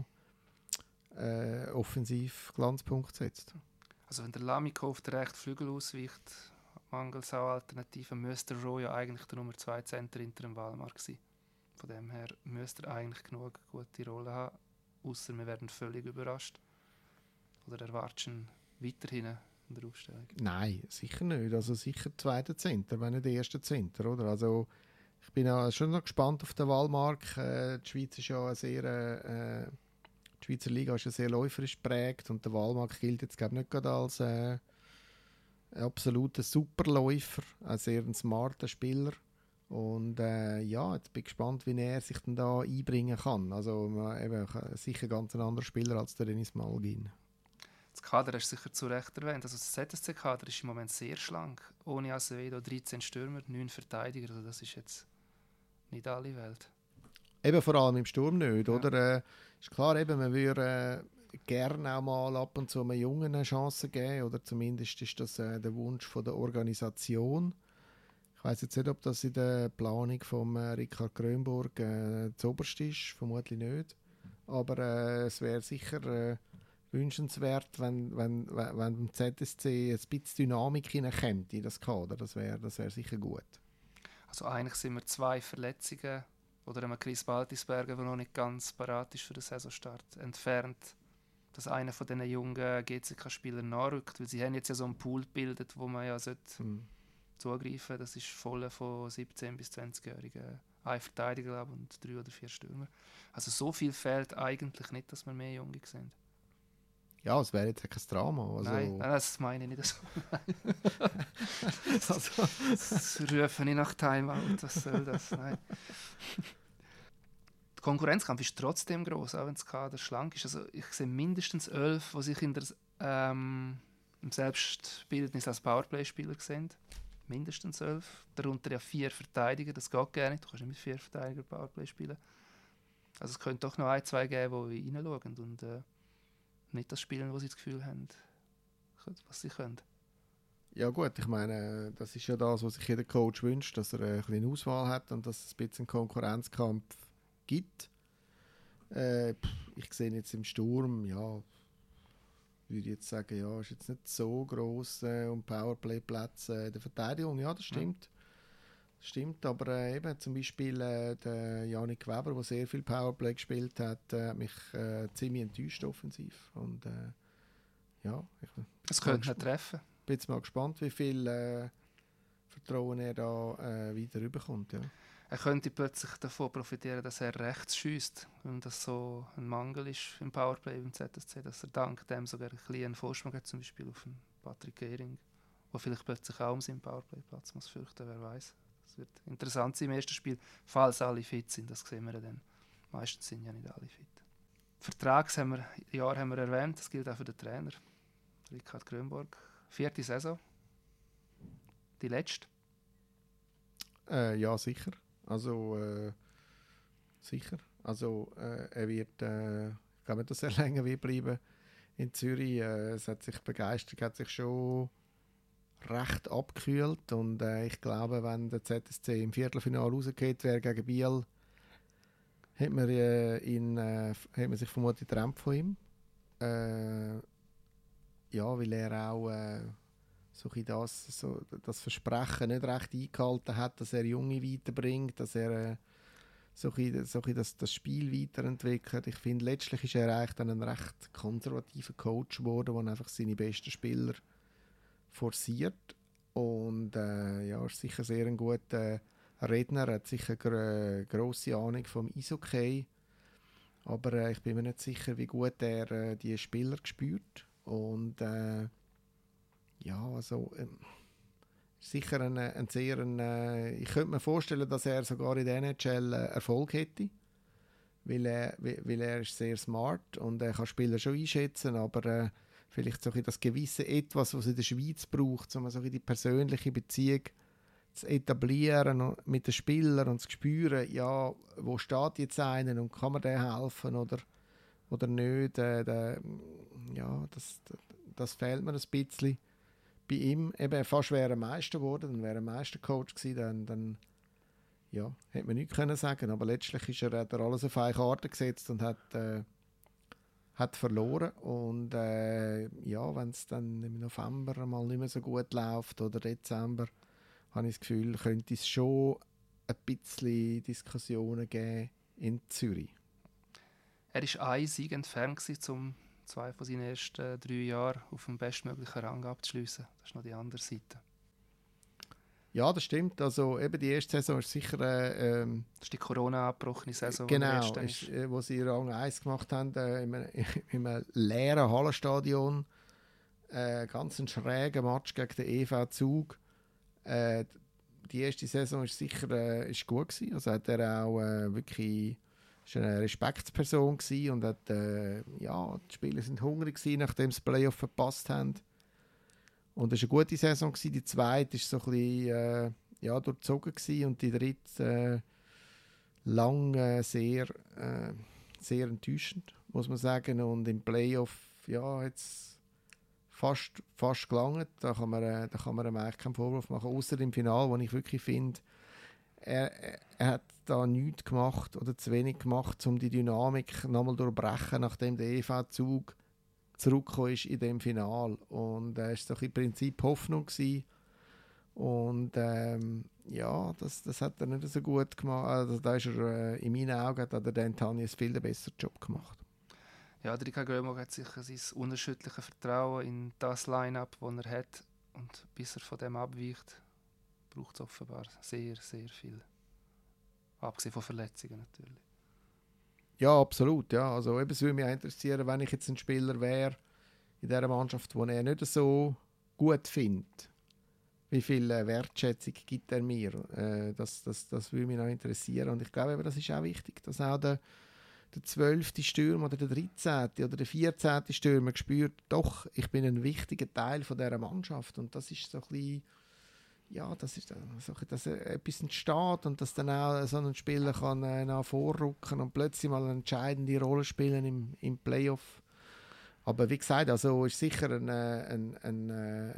offensiv Glanzpunkt setzt. Also wenn der Lamiko auf den rechten Flügel ausweicht, mangels auch Alternativen, müsste der Rowe ja eigentlich der Nummer 2 Center hinter dem Wallmark sein. Von dem her müsste er eigentlich genug gute Rolle haben, außer wir werden völlig überrascht. Oder erwartest du ihn weiterhin in der Aufstellung? Nein, sicher nicht. Also sicher zweiter Center, wenn nicht der erste Center, oder? Also ich bin auch schon noch gespannt auf den Wallmark. Die Schweiz ist ja die Schweizer Liga ist ja sehr läuferisch geprägt und der Wallmark gilt jetzt glaube ich nicht gerade als absoluter Superläufer, ein sehr smarter Spieler. Und jetzt bin ich gespannt, wie er sich dann da einbringen kann. Also eben, sicher ganz ein anderer Spieler als der Dennis Malgin. Das Kader hast du sicher zu Recht erwähnt. Also das ZSC-Kader ist im Moment sehr schlank. Ohne Acevedo 13 Stürmer, 9 Verteidiger. Also das ist jetzt nicht alle Welt. Eben vor allem im Sturm nicht, Ja. oder? Ist klar, eben, man würde gerne auch mal ab und zu einem Jungen eine Chance geben, oder zumindest ist das der Wunsch von der Organisation. Ich weiß jetzt nicht, ob das in der Planung von Richard Grönburg zuoberst ist, vermutlich nicht. Aber es wäre sicher wünschenswert, wenn im ZSC ein bisschen Dynamik hineinkommt in das Kader. Das wäre sicher gut. Also eigentlich sind wir 2 Verletzungen oder einem Chris Baltisberger, der noch nicht ganz parat ist für den Saisonstart, entfernt, dass einer von diesen jungen GCK-Spielern nachrückt. Weil sie haben jetzt ja so einen Pool gebildet, wo man ja zugreifen. Das ist voll von 17- bis 20-Jährigen. Ein Verteidiger, glaube ich, und 3 oder 4 Stürmer. Also so viel fehlt eigentlich nicht, dass wir mehr Junge sind. Ja, es wäre jetzt kein Drama. Also, Nein, das meine ich nicht so. also, Das rufe ich nach Timeout. Was soll das? Nein. Der Konkurrenzkampf ist trotzdem groß, auch wenn das Kader schlank ist. Also ich sehe mindestens 11, die sich in der, im Selbstbildnis als Powerplay-Spieler sehen. Mindestens 11. Darunter ja 4 Verteidiger. Das geht gar nicht. Du kannst nicht mit 4 Verteidigern Powerplay spielen. Also es könnte doch noch 1, 2 geben, die reinschauen und nicht das spielen, wo sie das Gefühl haben, was sie können. ja gut, ich meine, das ist ja das, was sich jeder Coach wünscht, dass er ein bisschen Auswahl hat und dass es ein bisschen Konkurrenzkampf gibt. Ich sehe jetzt im Sturm, ja, würde ich jetzt sagen, ja, ist jetzt nicht so gross um Powerplay-Plätze in der Verteidigung. Ja, das stimmt. Das stimmt, aber eben zum Beispiel der Yannick Weber, der sehr viel Powerplay gespielt hat, hat mich ziemlich enttäuscht offensiv. Und ja, Es könnte nicht treffen. Ich bin jetzt mal gespannt, wie viel Vertrauen er da wieder rüberkommt. Ja. Er könnte plötzlich davon profitieren, dass er rechts schießt, wenn das so ein Mangel ist im Powerplay im ZSC, dass er dank dem sogar ein bisschen einen Vorsprung hat, zum Beispiel auf den Patrick Gehring, der vielleicht plötzlich auch um seinen Powerplay-Platz muss fürchten, wer weiß. Es wird interessant sein im ersten Spiel, falls alle fit sind, das sehen wir dann. Meistens sind ja nicht alle fit. Vertragsjahr haben wir erwähnt, das gilt auch für den Trainer, Richard Grönburg. 4. Saison, die letzte. Ja, sicher. Also, sicher. Also, er wird, ich glaube nicht, dass er länger wird bleiben in Zürich. Es hat sich begeistert, hat sich schon recht abgekühlt. Und ich glaube, wenn der ZSC im Viertelfinale rausgeht wäre gegen Biel, hat man sich vermutlich getrennt von ihm. Ja, weil er auch so das Versprechen nicht recht eingehalten hat, dass er Junge weiterbringt, dass er das Spiel weiterentwickelt. Ich finde, letztlich ist er eigentlich dann ein recht konservativer Coach geworden, der einfach seine besten Spieler forciert. Und ja, ist sicher sehr ein guter Redner, hat sicher eine grosse Ahnung vom Eishockey. Aber ich bin mir nicht sicher, wie gut er die Spieler spürt. Und ja, also sicher ich könnte mir vorstellen, dass er sogar in der NHL Erfolg hätte, weil er ist sehr smart und er kann Spieler schon einschätzen, aber vielleicht so das gewisse Etwas, was es in der Schweiz braucht, um so die persönliche Beziehung zu etablieren mit den Spielern und zu spüren, ja, wo steht jetzt einer und kann man dem helfen oder nicht, ja, das fehlt mir ein bisschen. Bei ihm, eben fast wäre er Meister geworden, dann wäre er Meistercoach gewesen, dann ja, hätte man nichts können sagen, aber letztlich hat er alles auf eine Karte gesetzt und hat verloren und ja, wenn es dann im November mal nicht mehr so gut läuft oder Dezember, habe ich das Gefühl, könnte es schon ein bisschen Diskussionen geben in Zürich. Er war ein Sieg entfernt, um 2 von seinen ersten 3 Jahren auf dem bestmöglichen Rang abzuschliessen. Das ist noch die andere Seite. Ja, das stimmt. Also eben die erste Saison ist sicher... das ist die Corona-abgebrochene Saison, genau, wo sie Rang 1 gemacht haben, in einem leeren Hallenstadion. Ganz ein schräger Match gegen den EV Zug. die erste Saison ist sicher ist gut gewesen. Also hat er auch wirklich ist eine Respektsperson gewesen und hat, ja, die Spieler sind hungrig gewesen, nachdem sie das Playoff verpasst haben. Und es war eine gute Saison gewesen. Die zweite war so ein bisschen ja, durchzogen gewesen und die dritte lang sehr enttäuschend, muss man sagen. Und im Playoff, ja, jetzt fast gelangt. Da kann man ihm eigentlich keinen Vorwurf machen, außer im Finale, wo ich wirklich finde, er hat da nichts gemacht oder zu wenig gemacht, um die Dynamik nochmal zu durchbrechen, nachdem der EV-Zug zurückgekommen ist in dem Finale. Und es war doch im Prinzip Hoffnung gewesen. Und ja, das hat er nicht so gut gemacht. Also da ist er, in meinen Augen hat der D'Antoni einen viel besseren Job gemacht. Ja, der Rika Grönborg hat sicher sein unerschütterliches Vertrauen in das Line-Up, das er hat. Und bis er von dem abweicht, braucht es offenbar sehr, sehr viel. Abgesehen von Verletzungen natürlich. Ja, absolut. Ja. Also, es würde mich auch interessieren, wenn ich jetzt ein Spieler wäre in dieser Mannschaft, den er nicht so gut findet. Wie viel Wertschätzung gibt er mir? Das würde mich noch interessieren. Und ich glaube, das ist auch wichtig, dass auch der 12. Stürmer oder der 13. oder der 14. Stürmer spürt, doch, ich bin ein wichtiger Teil von dieser Mannschaft. Und das ist so ein bisschen, ja, das ist so, dass etwas entsteht und dass dann auch so ein Spieler kann nach vorrücken und plötzlich mal eine entscheidende Rolle spielen im Playoff. Aber wie gesagt, also ist sicher ein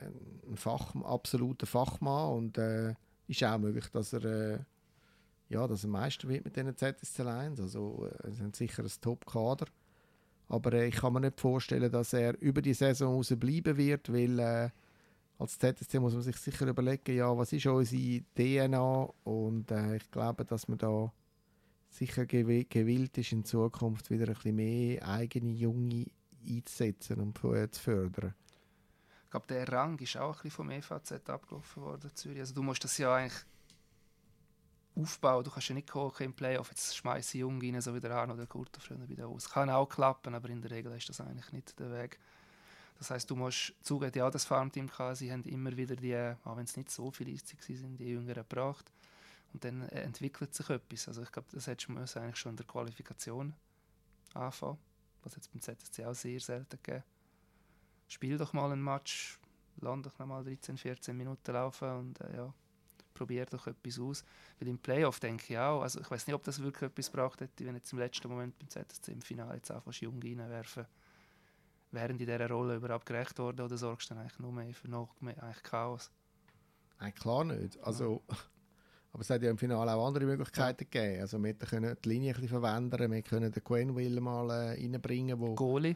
absoluter Fachmann und ist auch möglich, dass er Meister wird mit diesen ZSC Lions. Also sie haben sicher ein Top-Kader. Aber ich kann mir nicht vorstellen, dass er über die Saison raus bleiben wird, weil als ZSC muss man sich sicher überlegen, ja, was ist unsere DNA? Und ich glaube, dass man da sicher gewillt ist, in Zukunft wieder ein bisschen mehr eigene Junge einzusetzen und zu fördern. Ich glaube, der Rang ist auch ein bisschen vom EVZ abgelaufen worden, Zürich. Also du musst das ja eigentlich aufbauen. Du kannst ja nicht gucken im Playoff, jetzt schmeiße ich Jung rein, so wie der Arno oder Kurto früher bei der aus. Kann auch klappen, aber in der Regel ist das eigentlich nicht der Weg. Das heisst, du musst zugeben, ja, das Farmteam kann, sie haben immer wieder die, auch wenn es nicht so viele waren, die Jüngeren gebracht. Und dann entwickelt sich etwas. Also ich glaube, das hättest du eigentlich schon in der Qualifikation anfangen, was jetzt beim ZSC auch sehr selten gegeben. Spiel doch mal einen Match, lande doch noch mal 13, 14 Minuten laufen und ja, probier doch etwas aus. Weil im Playoff denke ich auch, also ich weiß nicht, ob das wirklich etwas gebracht hätte, wenn jetzt im letzten Moment beim ZSC im Finale jetzt einfach Jung reinwerfen. Wären die dieser Rolle überhaupt gerecht worden oder sorgst du dann eigentlich nur mehr für noch mehr eigentlich Chaos? Nein, klar nicht. Also, ja. Aber es hat ja im Finale auch andere Möglichkeiten gegeben. Also wir können die Linie ein bisschen verändern, wir können den Quenville mal reinbringen. Wo Goalie?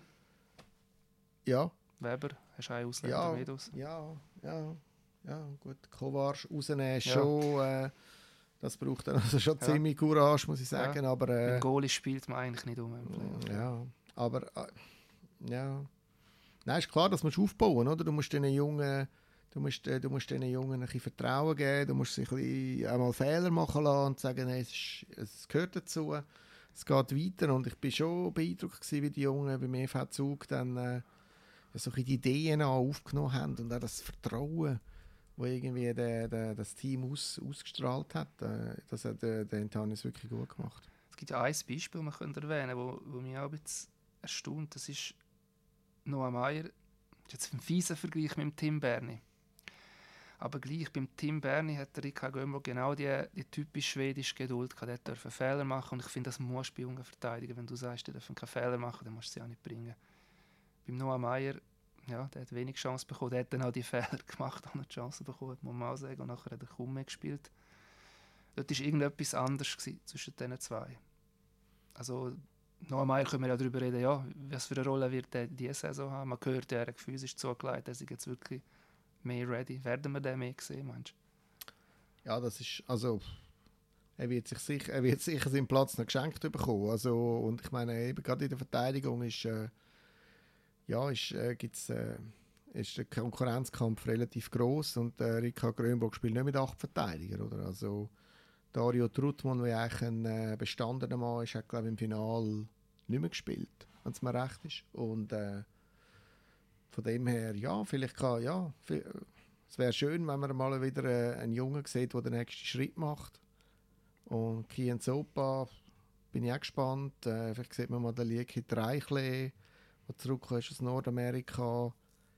Ja. Weber, hast du einen Ausländer mit aus? Ja, gut. Kovac rausnehmen schon, das braucht dann also schon ziemlich Courage, muss ich sagen. Aber mit Goalie spielt man eigentlich nicht um. Ja, aber ja. Nein, ist klar, das musst du aufbauen, oder? Du musst den Jungen ein bisschen Vertrauen geben, du musst sich ein bisschen einmal Fehler machen lassen und sagen, hey, es gehört dazu, es geht weiter. Und ich war schon beeindruckt gewesen, wie die Jungen beim EV Zug dann so die DNA aufgenommen haben und auch das Vertrauen, das irgendwie das Team ausgestrahlt hat. Das hat der Antanis wirklich gut gemacht. Es gibt ja ein Beispiel, das man erwähnen könnte, wo mich auch ein bisschen erstaunt. Das ist Noah Meyer. Das ist jetzt ein fieser Vergleich mit dem Tim Berni. Aber gleich beim Tim Berni hat der Rika Grönborg genau die typisch schwedische Geduld gehabt. Der durfte Fehler machen und ich finde, das musst du bei jungen verteidigen. Wenn du sagst, der darf keinen Fehler machen, dann musst du sie auch nicht bringen. Beim Noah Meyer, ja, der hat wenig Chance bekommen. Der hat dann auch die Fehler gemacht, auch noch die Chance bekommen, muss man auch sagen. Und nachher hat er kaum mehr gespielt. Dort war irgendetwas anderes zwischen diesen zwei. Also Noah Meyer können wir ja darüber reden, ja, was für eine Rolle wird er diese Saison haben. Man hört, er hat physisch zugelegt, er ist jetzt wirklich mehr ready. Werden wir den mehr sehen, meinst du? Ja, das ist, also er wird sicher seinen Platz noch geschenkt bekommen. Also, und ich meine, eben gerade in der Verteidigung ist der Konkurrenzkampf relativ gross und Rika Grönborg spielt nicht mit 8 Verteidigern, oder? Also Dario Trutmann, der eigentlich ein bestandener Mann ist, hat, glaube ich, im Finale nicht mehr gespielt, wenn es mir recht ist. Und von dem her, ja, vielleicht kann, ja, Es wäre schön, wenn man mal wieder einen Jungen sieht, der den nächsten Schritt macht. Und Kian Sopa, bin ich auch gespannt. Vielleicht sieht man mal den Lieki Dreichle, der zurückkommt aus Nordamerika.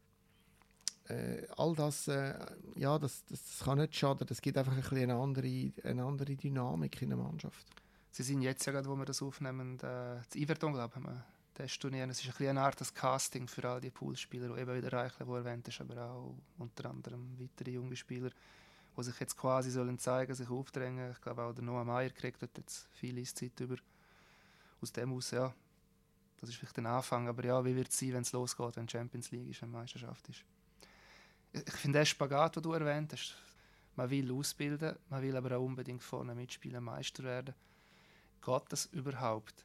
All das, ja, das kann nicht schaden. Das gibt einfach ein bisschen eine andere Dynamik in der Mannschaft. Sie sind jetzt ja gerade, wo wir das aufnehmen, das Everton, glaube ich, Testturnier. Es ist ein bisschen eine Art das Casting für all die Poolspieler, die eben wieder Reichle, wo erwähnt ist, aber auch unter anderem weitere junge Spieler, die sich jetzt quasi sollen zeigen, sich aufdrängen. Ich glaube auch der Noah Meyer kriegt dort jetzt viel Eiszeit über. Aus dem aus, ja, das ist vielleicht der Anfang, aber ja, wie wird es sein, wenn es losgeht, wenn die Champions League ist, wenn die Meisterschaft ist. Ich finde den Spagat, den du erwähnt hast, man will ausbilden, man will aber auch unbedingt vorne mitspielen, Meister werden. Geht das überhaupt?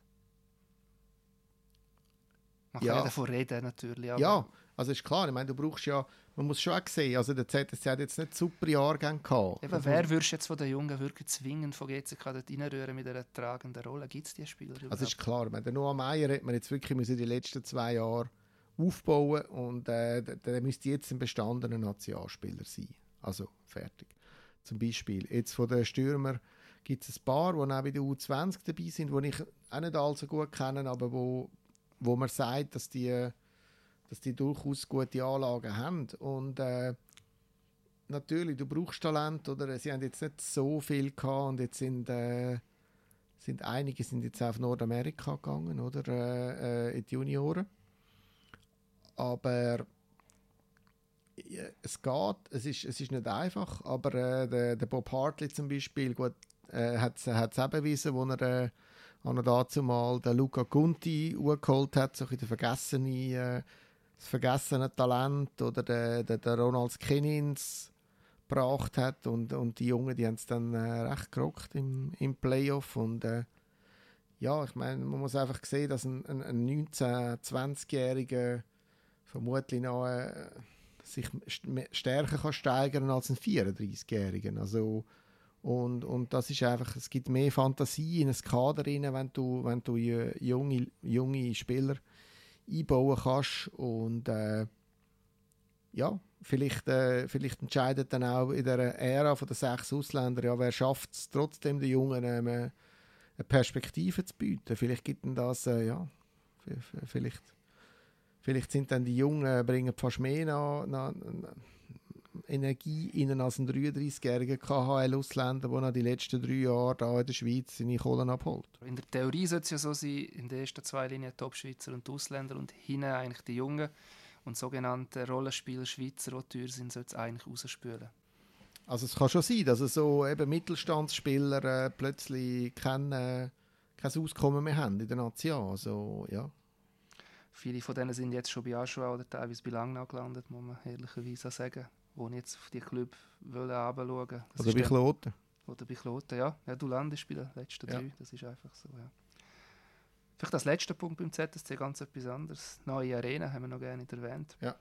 Man kann ja davon reden, natürlich. Aber ja, also ist klar, ich meine, du brauchst ja, man muss schon auch sehen, also der ZSC hat jetzt nicht super Jahrgänge gehabt. Eben, wer würdest du jetzt von den Jungen wirklich zwingen, von GCK dort reinrühren mit einer tragenden Rolle? Gibt es diese Spieler überhaupt? Also ist klar, ich meine, der Noah Meyer hat man jetzt wirklich die letzten 2 Jahre aufbauen und der müsste jetzt ein bestandener Nationalspieler sein. Also fertig. Zum Beispiel, jetzt von den Stürmern gibt es ein paar, die auch bei der U20 dabei sind, die ich auch nicht allzu gut kenne, aber wo man sagt, dass die durchaus gute Anlagen haben. Und natürlich, du brauchst Talent, oder? Sie haben jetzt nicht so viel gehabt und jetzt sind einige sind jetzt auf Nordamerika gegangen, oder? In die Junioren. Aber es geht, es ist nicht einfach, aber der Bob Hartley zum Beispiel hat es auch bewiesen, wo er dazu mal den Luca Conti geholt hat, so ein das vergessene Talent, oder der Ronald Skinins gebracht hat und die Jungen, die haben es dann recht gerockt im Playoff und ja, ich meine, man muss einfach sehen, dass ein 19-, 20-Jähriger vermutlich noch sich stärker kann steigern als ein 34-Jähriger. Also, und das ist einfach, es gibt mehr Fantasie in ein Kader rein, wenn du junge Spieler einbauen kannst. Und ja, vielleicht entscheidet dann auch in der Ära von den 6 Ausländern, ja, wer schafft es trotzdem den Jungen eine Perspektive zu bieten. Vielleicht gibt denn das, ja, vielleicht sind dann die Jungen, bringen fast mehr Energie rein als ein 33-jähriger KHL-Ausländer, der nach die letzten 3 Jahre da in der Schweiz seine Kohlen abholt. In der Theorie sollte es ja so sein, in den ersten 2 Linien Top-Schweizer und Ausländer und hinten eigentlich die Jungen und sogenannte Rollenspieler Schweizer, die teuer sind, sollte es eigentlich rausspülen. Also es kann schon sein, dass so eben Mittelstandsspieler plötzlich kein Auskommen mehr haben in der Nation. Also, ja. Viele von denen sind jetzt schon bei Aschua oder teilweise bei Langnau gelandet, muss man ehrlicherweise sagen, wo jetzt auf die Club herabschauen wollen. Oder bei Kloten. Oder bei Kloten, ja. Ja, du landest bei den letzten 3, ja. Das ist einfach so, ja. Vielleicht als letzter Punkt beim ZSC ganz etwas anderes. Neue Arena haben wir noch gerne erwähnt. Ja.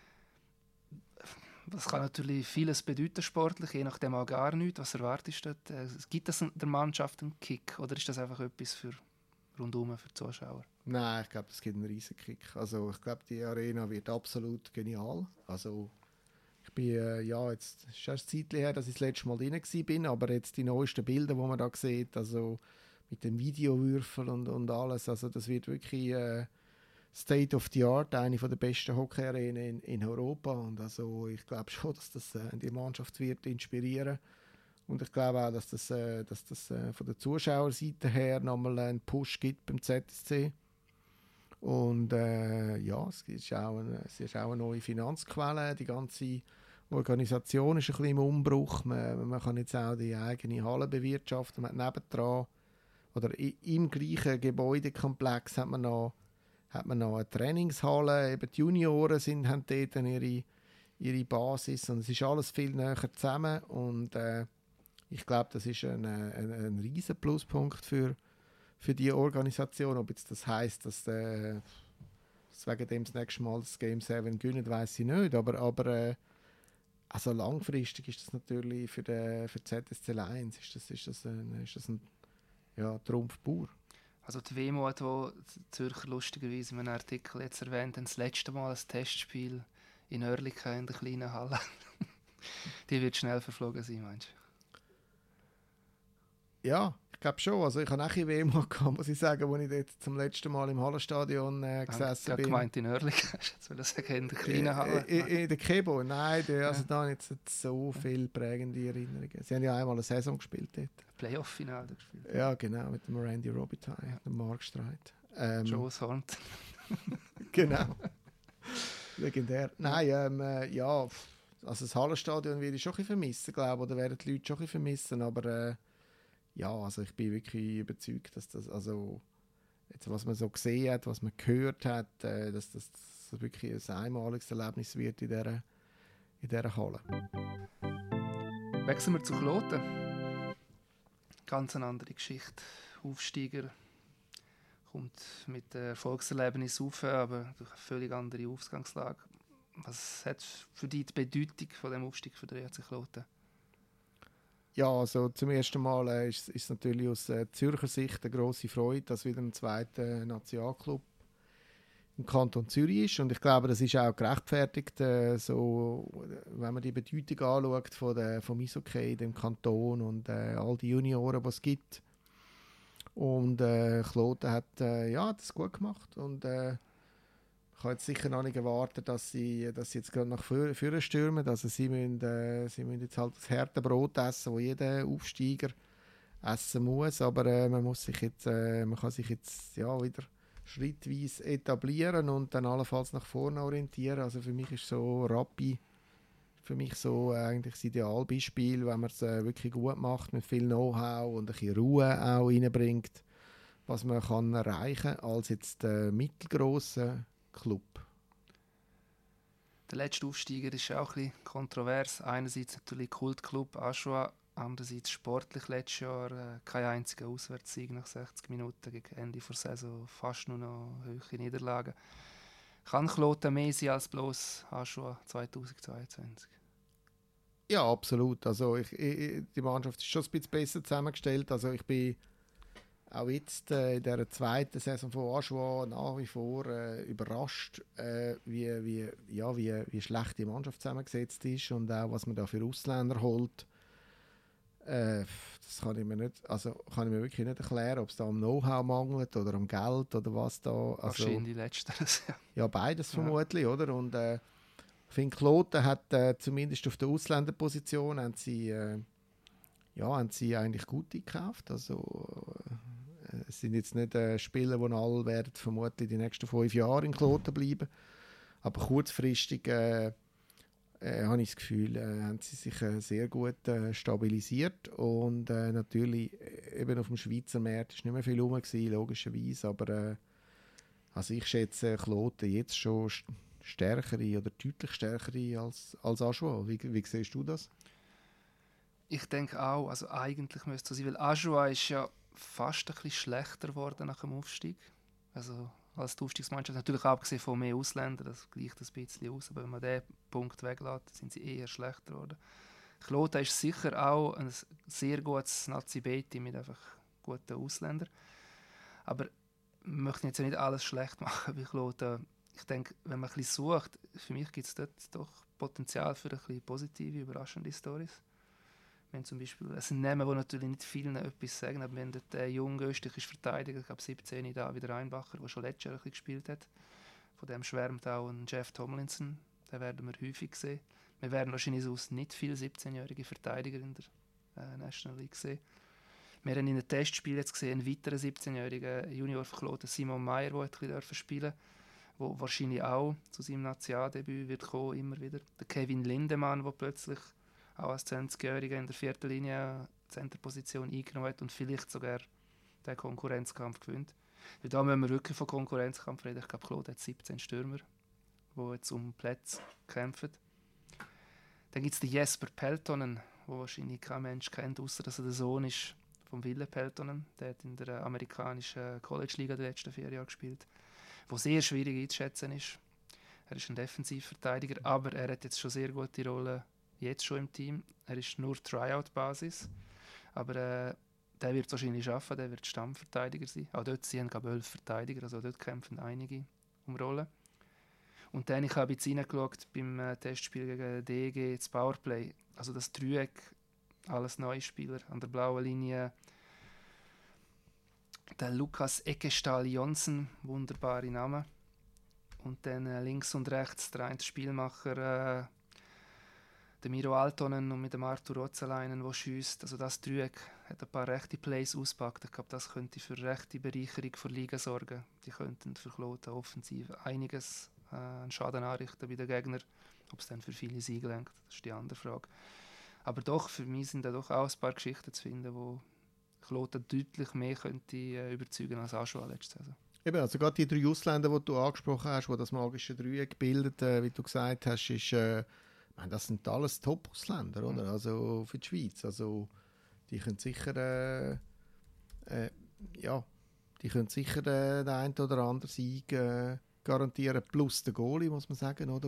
Das kann natürlich vieles bedeuten sportlich, je nachdem auch gar nichts. Was erwartest du dort? Gibt das der Mannschaft einen Kick oder ist das einfach etwas für rundum für die Zuschauer? Nein, ich glaube, es gibt einen riesen Kick. Also ich glaube, die Arena wird absolut genial. Also ich bin, ja, jetzt ist es ein Zeitchen her, dass ich das letzte Mal drin war, aber jetzt die neuesten Bilder, die man da sieht, also mit den Videowürfeln und alles, also das wird wirklich State of the Art, eine der besten Hockey-Arenen in Europa. Und also ich glaube schon, dass das die Mannschaft wird inspirieren. Und ich glaube auch, dass das von der Zuschauerseite her nochmal einen Push gibt beim ZSC. Und ja, es ist auch eine neue Finanzquelle. Die ganze Organisation ist ein bisschen im Umbruch. Man kann jetzt auch die eigene Halle bewirtschaften. Man hat nebendran oder im gleichen Gebäudekomplex hat man noch eine Trainingshalle. Eben die Junioren haben dort ihre Basis und es ist alles viel näher zusammen. Und ich glaube, das ist ein riesen Pluspunkt für die Organisation. Ob jetzt das heisst, dass wegen dem das nächste Mal das Game 7 gewinnen, weiss ich nicht. Aber also langfristig ist das natürlich für ZSC Lions ist das ein Trumpf pur. Also die Wehmut, die Zürcher lustigerweise in einem Artikel jetzt erwähnt, das letzte Mal ein Testspiel in Oerlikon in der kleinen Halle. Die wird schnell verflogen sein, meinst du? Ja, ich glaube schon. Also ich habe auch ein WM gehabt, muss ich sagen, als ich dort zum letzten Mal im Hallenstadion gesessen bin. Ich meinte in Oerlikon, hast du jetzt sagen, in der kleinen Halle? In der Kebo, nein, also da habe ich jetzt nicht so viele prägende Erinnerungen. Sie haben ja einmal eine Saison gespielt dort. Playoff-Finale gespielt. Ja, genau, mit dem Randy Robitaille, dem Markstreit. Joe Thornton. Genau. Legendär. Nein, ja, also das Hallenstadion würde ich schon ein bisschen vermissen, glaube ich, oder werden die Leute schon ein bisschen vermissen, aber ja, also ich bin wirklich überzeugt, dass das, also jetzt, was man so gesehen hat, was man gehört hat, dass das wirklich ein einmaliges Erlebnis wird in dieser Halle. Wechseln wir zu Kloten. Ganz eine andere Geschichte. Aufsteiger kommt mit Erfolgserlebnis auf, aber durch eine völlig andere Ausgangslage. Was hat für dich die Bedeutung von dem Aufstieg für den EHC Kloten? Ja, also zum ersten Mal ist es natürlich aus Zürcher Sicht eine grosse Freude, dass wieder ein zweiter Nationalclub im Kanton Zürich ist. Und ich glaube, das ist auch gerechtfertigt, so, wenn man die Bedeutung anschaut vom Eishockey in dem Kanton und all die Junioren, die es gibt. Und Kloten hat das gut gemacht. Und ich habe jetzt sicher noch nicht erwartet, dass sie jetzt gerade nach vorne stürmen. Also sie müssen jetzt halt das harte Brot essen, das jeder Aufsteiger essen muss. Aber man kann sich jetzt wieder schrittweise etablieren und dann allenfalls nach vorne orientieren. Also für mich ist so Rappi eigentlich das Idealbeispiel, wenn man es wirklich gut macht, mit viel Know-how und ein bisschen Ruhe auch reinbringt, was man kann erreichen als jetzt mittelgrosse Club. Der letzte Aufsteiger ist auch ein bisschen kontrovers. Einerseits natürlich Kultclub Aschua, andererseits sportlich letztes Jahr kein einziger Auswärtssieg nach 60 Minuten gegen Ende der Saison, fast nur noch hohe Niederlagen. Kann Kloten mehr sein als bloß Aschua 2022? Ja, absolut. Also die Mannschaft ist schon ein bisschen besser zusammengestellt. Also ich bin auch jetzt in der zweiten Saison von Aschua nach wie vor überrascht, wie schlecht die Mannschaft zusammengesetzt ist und auch was man da für Ausländer holt. Das kann ich mir wirklich nicht erklären, ob es da am Know-how mangelt oder am Geld oder was da. Also, wahrscheinlich letzteres, ja. Ja, beides vermutlich, oder? Und ich finde, Kloten hat zumindest auf der Ausländerposition haben sie eigentlich gut gekauft. Also es sind jetzt nicht Spieler, die alle werden vermutlich die nächsten 5 Jahre in Kloten bleiben. Aber kurzfristig habe ich das Gefühl, haben sie sich sehr gut stabilisiert. Und natürlich eben auf dem Schweizer Markt war nicht mehr viel rum, logischerweise. Aber also ich schätze Kloten jetzt schon stärkere oder deutlich stärkere als Aschua. Wie siehst du das? Ich denke auch, also eigentlich müsste es so sein, weil Aschua ist ja fast ein bisschen schlechter geworden nach dem Aufstieg. Also als die Aufstiegsmannschaft, natürlich abgesehen von mehr Ausländern, das gleicht ein bisschen aus, aber wenn man diesen Punkt weglässt, sind sie eher schlechter geworden. Kloten ist sicher auch ein sehr gutes Nazi-B-Team mit einfach guten Ausländern. Aber wir möchten jetzt ja nicht alles schlecht machen bei Kloten. Ich denke, wenn man ein bisschen sucht, für mich gibt es dort doch Potenzial für ein bisschen positive, überraschende Storys. Wir haben zum Beispiel, es sind Namen, die natürlich nicht vielen etwas sagen, aber wir haben dort einen jungen österreichischen Verteidiger, ich glaube 17, David Reinbacher, der schon letztes Jahr ein bisschen gespielt hat. Von dem schwärmt auch ein Jeff Tomlinson, den werden wir häufig sehen. Wir werden wahrscheinlich sonst nicht viele 17-jährige Verteidiger in der National League sehen. Wir haben in einem Testspiel jetzt gesehen, einen weiteren 17-jährigen Junior verkloten, Simon Meyer, der ein bisschen spielen durfte, der wahrscheinlich auch zu seinem Nationaldebüt wird kommen, immer wieder. Der Kevin Lindemann, der plötzlich auch als 20-Jähriger in der 4. Linie Centerposition eingenommen hat und vielleicht sogar den Konkurrenzkampf gewinnt. Weil da müssen wir wirklich von Konkurrenzkampf reden. Ich glaube, Claude hat 17 Stürmer, die jetzt um Plätze kämpfen. Dann gibt es den Jesper Peltonen, den wahrscheinlich kein Mensch kennt, außer dass er der Sohn ist von Ville Peltonen. Der hat in der amerikanischen College-Liga die letzten 4 Jahre gespielt, wo sehr schwierig einzuschätzen ist. Er ist ein Defensivverteidiger, aber er hat jetzt schon sehr gute Rolle jetzt schon im Team. Er ist nur Tryout-Basis, aber der wird es wahrscheinlich schaffen, der wird Stammverteidiger sein. Auch dort sind 11 Verteidiger, also dort kämpfen einige um Rollen. Und dann ich habe ich jetzt reingeschaut beim Testspiel gegen DEG, das Powerplay. Also das Dreieck, alles neue Spieler an der blauen Linie. Der Lukas Eckestall-Jonsen, wunderbare Name. Und dann links und rechts der eine Spielmacher, der Miro Altonen und mit dem Arthur Otzeleinen, der schiesst. Also das Dreieck hat ein paar rechte Plays ausgepackt. Ich glaube, das könnte für rechte Bereicherung der Liga sorgen. Die könnten für Kloten offensiv einiges an Schaden anrichten bei den Gegnern. Ob es dann für viele Siege lenkt, das ist die andere Frage. Aber doch, für mich sind da doch auch ein paar Geschichten zu finden, wo Kloten deutlich mehr könnte überzeugen als Aschua letzte Saison. Eben, also gerade die 3 Ausländer, die du angesprochen hast, die das magische Dreieck bilden, wie du gesagt hast, ist, ich meine, das sind alles Top-Ausländer, oder? Also für die Schweiz. Also die können sicher, die können sicher den einen oder anderen Sieg garantieren, plus der Goalie, muss man sagen, oder?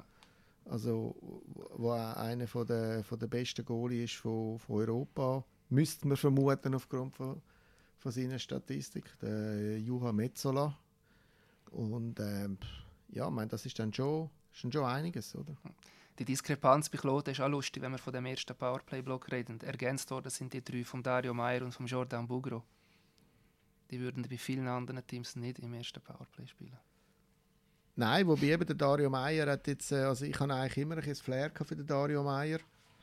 Wo einer von der besten Goalie ist von Europa, müsste man vermuten aufgrund von seiner Statistik, der Juha Metsola. Und ich meine, das ist dann schon einiges, oder? Die Diskrepanz bei Kloten ist auch lustig, wenn wir von dem ersten Powerplay-Block reden. Ergänzt worden sind die 3 von Dario Meier und von Jordan Bugro. Die würden bei vielen anderen Teams nicht im ersten Powerplay spielen. Nein, wobei eben der Dario Meier hat jetzt, also ich habe eigentlich immer ein Flair für den Dario Meier.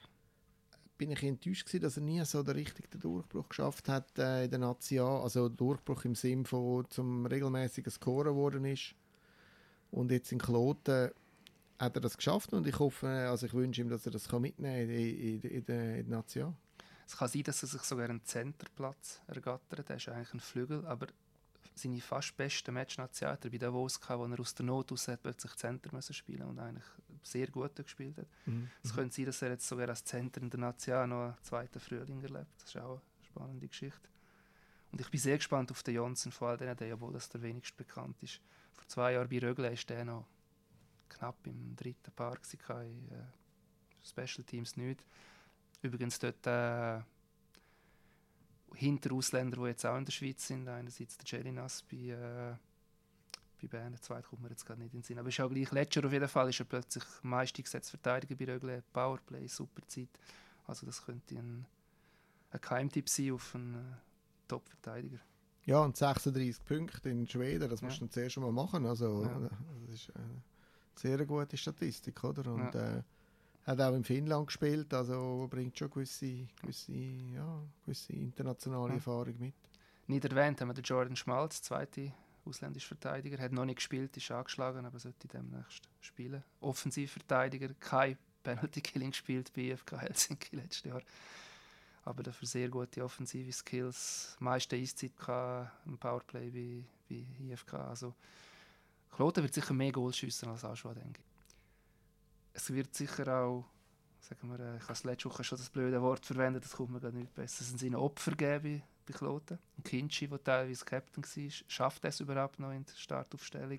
Bin ich enttäuscht gewesen, dass er nie so den richtigen Durchbruch geschafft hat in der National. Also Durchbruch im Sinn von zum regelmäßigen Scoren geworden ist. Und jetzt in Kloten hat er das geschafft und ich hoffe, also ich wünsche ihm, dass er das mitnehmen kann in der Nation. Es kann sein, dass er sich sogar einen Centerplatz ergattert. Er ist eigentlich ein Flügel, aber seine fast besten Match-Nation hat er bei Davos gehabt, wo er aus der Not aus plötzlich Center müssen spielen und eigentlich sehr gut gespielt hat. Es könnte sein, dass er jetzt sogar als Center in der Nation noch einen zweiten Frühling erlebt. Das ist auch eine spannende Geschichte. Und ich bin sehr gespannt auf den Johnson, vor allem den, obwohl das der wenigst bekannt ist. Vor 2 Jahren bei Rögle ist der noch knapp im 3. Paar in Special Teams nicht. Übrigens dort hinter Ausländer, die jetzt auch in der Schweiz sind. Einerseits der Jelinas bei Bern, der zweite kommt mir jetzt gerade nicht in den Sinn. Aber ist auch gleich. Letzter auf jeden Fall ist er plötzlich meistens Verteidiger bei Rögle. Powerplay, super Zeit. Also das könnte ein Keimtipp sein auf einen Top-Verteidiger. Ja, und 36 Punkte in Schweden, das musst du zuerst schon mal machen. Also, das ist eine sehr gute Statistik, oder? Und hat auch in Finnland gespielt, also bringt schon gewisse internationale Erfahrung mit. Nicht erwähnt haben wir den Jordan Schmalz, zweite ausländischer Verteidiger. Hat noch nicht gespielt, ist angeschlagen, aber sollte demnächst spielen. Offensivverteidiger, kein Penalty-Killing gespielt bei IFK Helsinki letztes Jahr. Aber dafür sehr gute offensive Skills. Meiste Eiszeit im Powerplay bei IFK. Also Kloten wird sicher mehr Goals schiessen als Aschua, denke ich. Es wird sicher auch, sagen wir, ich habe letzte Woche schon das blöde Wort verwendet, das kommt mir gar nicht besser. Es sind Opfer geben bei Kloten. Und Kinchi, der teilweise Captain war, schafft es überhaupt noch in der Startaufstellung.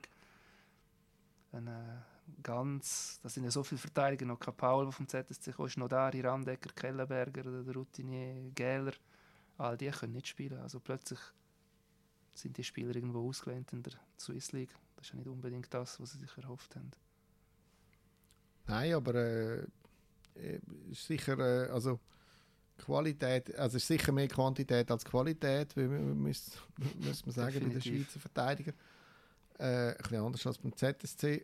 Das sind ja so viele Verteidiger, noch Paul, der vom ZSC ist, noch da, Randecker, Kellenberger, der Routinier, Gähler. All die können nicht spielen. Also plötzlich sind die Spieler irgendwo ausgelehnt in der Swiss League. Das ist ja nicht unbedingt das, was sie sich erhofft haben. Nein, aber ist sicher, also Qualität, also ist sicher mehr Quantität als Qualität, muss man sagen, bei den Schweizer Verteidigern. Ein bisschen anders als beim ZSC.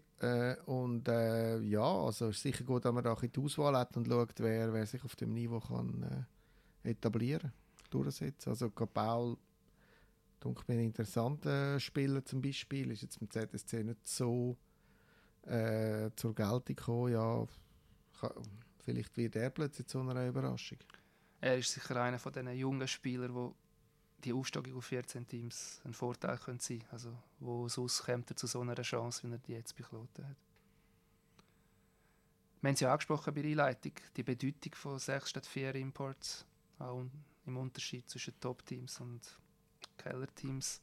Also ist sicher gut, wenn man da ein bisschen die Auswahl hat und schaut, wer sich auf dem Niveau kann etablieren, durchsetzen. Also Paul, denke ich, ein interessanter Spieler zum Beispiel, ist jetzt beim ZSC nicht so zur Geltung gekommen. Ja, vielleicht wird er plötzlich zu einer Überraschung. Er ist sicher einer von diesen jungen Spielern, wo die Aufstockung auf 14 Teams ein Vorteil könnte sein. Also, wo sonst kommt er zu so einer Chance, wie er die jetzt bei Kloten hat. Wir haben es ja angesprochen bei der Einleitung, die Bedeutung von 6 statt 4 Imports, auch im Unterschied zwischen Top-Teams und Keller-Teams.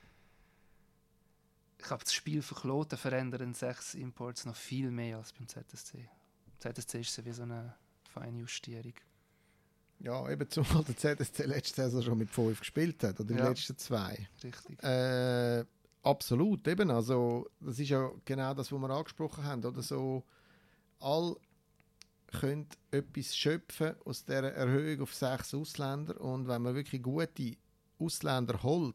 Ich glaube, das Spiel für Kloten verändern 6 Imports noch viel mehr als beim ZSC. Beim ZSC ist es wie so eine Feinjustierung. Ja, eben zumal der ZSC letzte Saison schon mit 5 gespielt hat, oder die letzten 2. Richtig. Absolut, eben. Also, das ist ja genau das, was wir angesprochen haben. Oder so, all können etwas schöpfen aus dieser Erhöhung auf 6 Ausländer. Und wenn man wirklich gute Ausländer holt,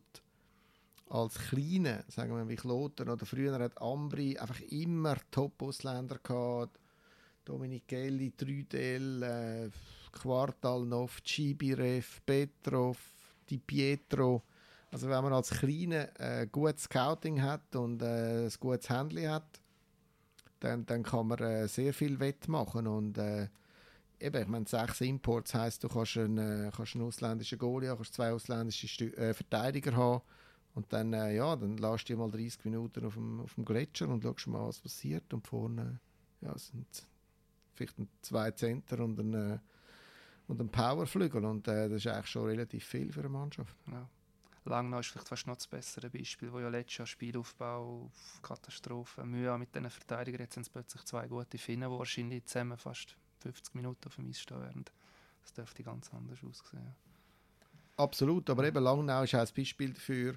als Kleine, sagen wir wie Kloten oder früher hat Ambri einfach immer Top-Ausländer gehabt. Dominichelli, Trudel, Quartalnov, Chibirev, Petrov, Di Pietro. Also wenn man als Kleine gutes Scouting hat und ein gutes Handling hat, dann kann man sehr viel wettmachen. Und eben, ich meine, 6 Imports heisst, du kannst einen ausländischen Goalie, kannst 2 ausländische Verteidiger haben. Und dann, dann lässt du mal 30 Minuten auf dem Gletscher und schaust mal, was passiert. Und vorne sind vielleicht 2 Center und ein Powerflügel. Und das ist eigentlich schon relativ viel für eine Mannschaft. Ja. Langnau ist vielleicht fast noch das bessere Beispiel, wo ja letztes Jahr Spielaufbau, Katastrophe, Mühe mit diesen Verteidigern. Jetzt sind es plötzlich 2 gute Finnen, die wahrscheinlich zusammen fast 50 Minuten auf dem Eis stehen werden. Das dürfte ganz anders aussehen. Ja. Absolut, aber eben Langnau ist auch ein Beispiel dafür,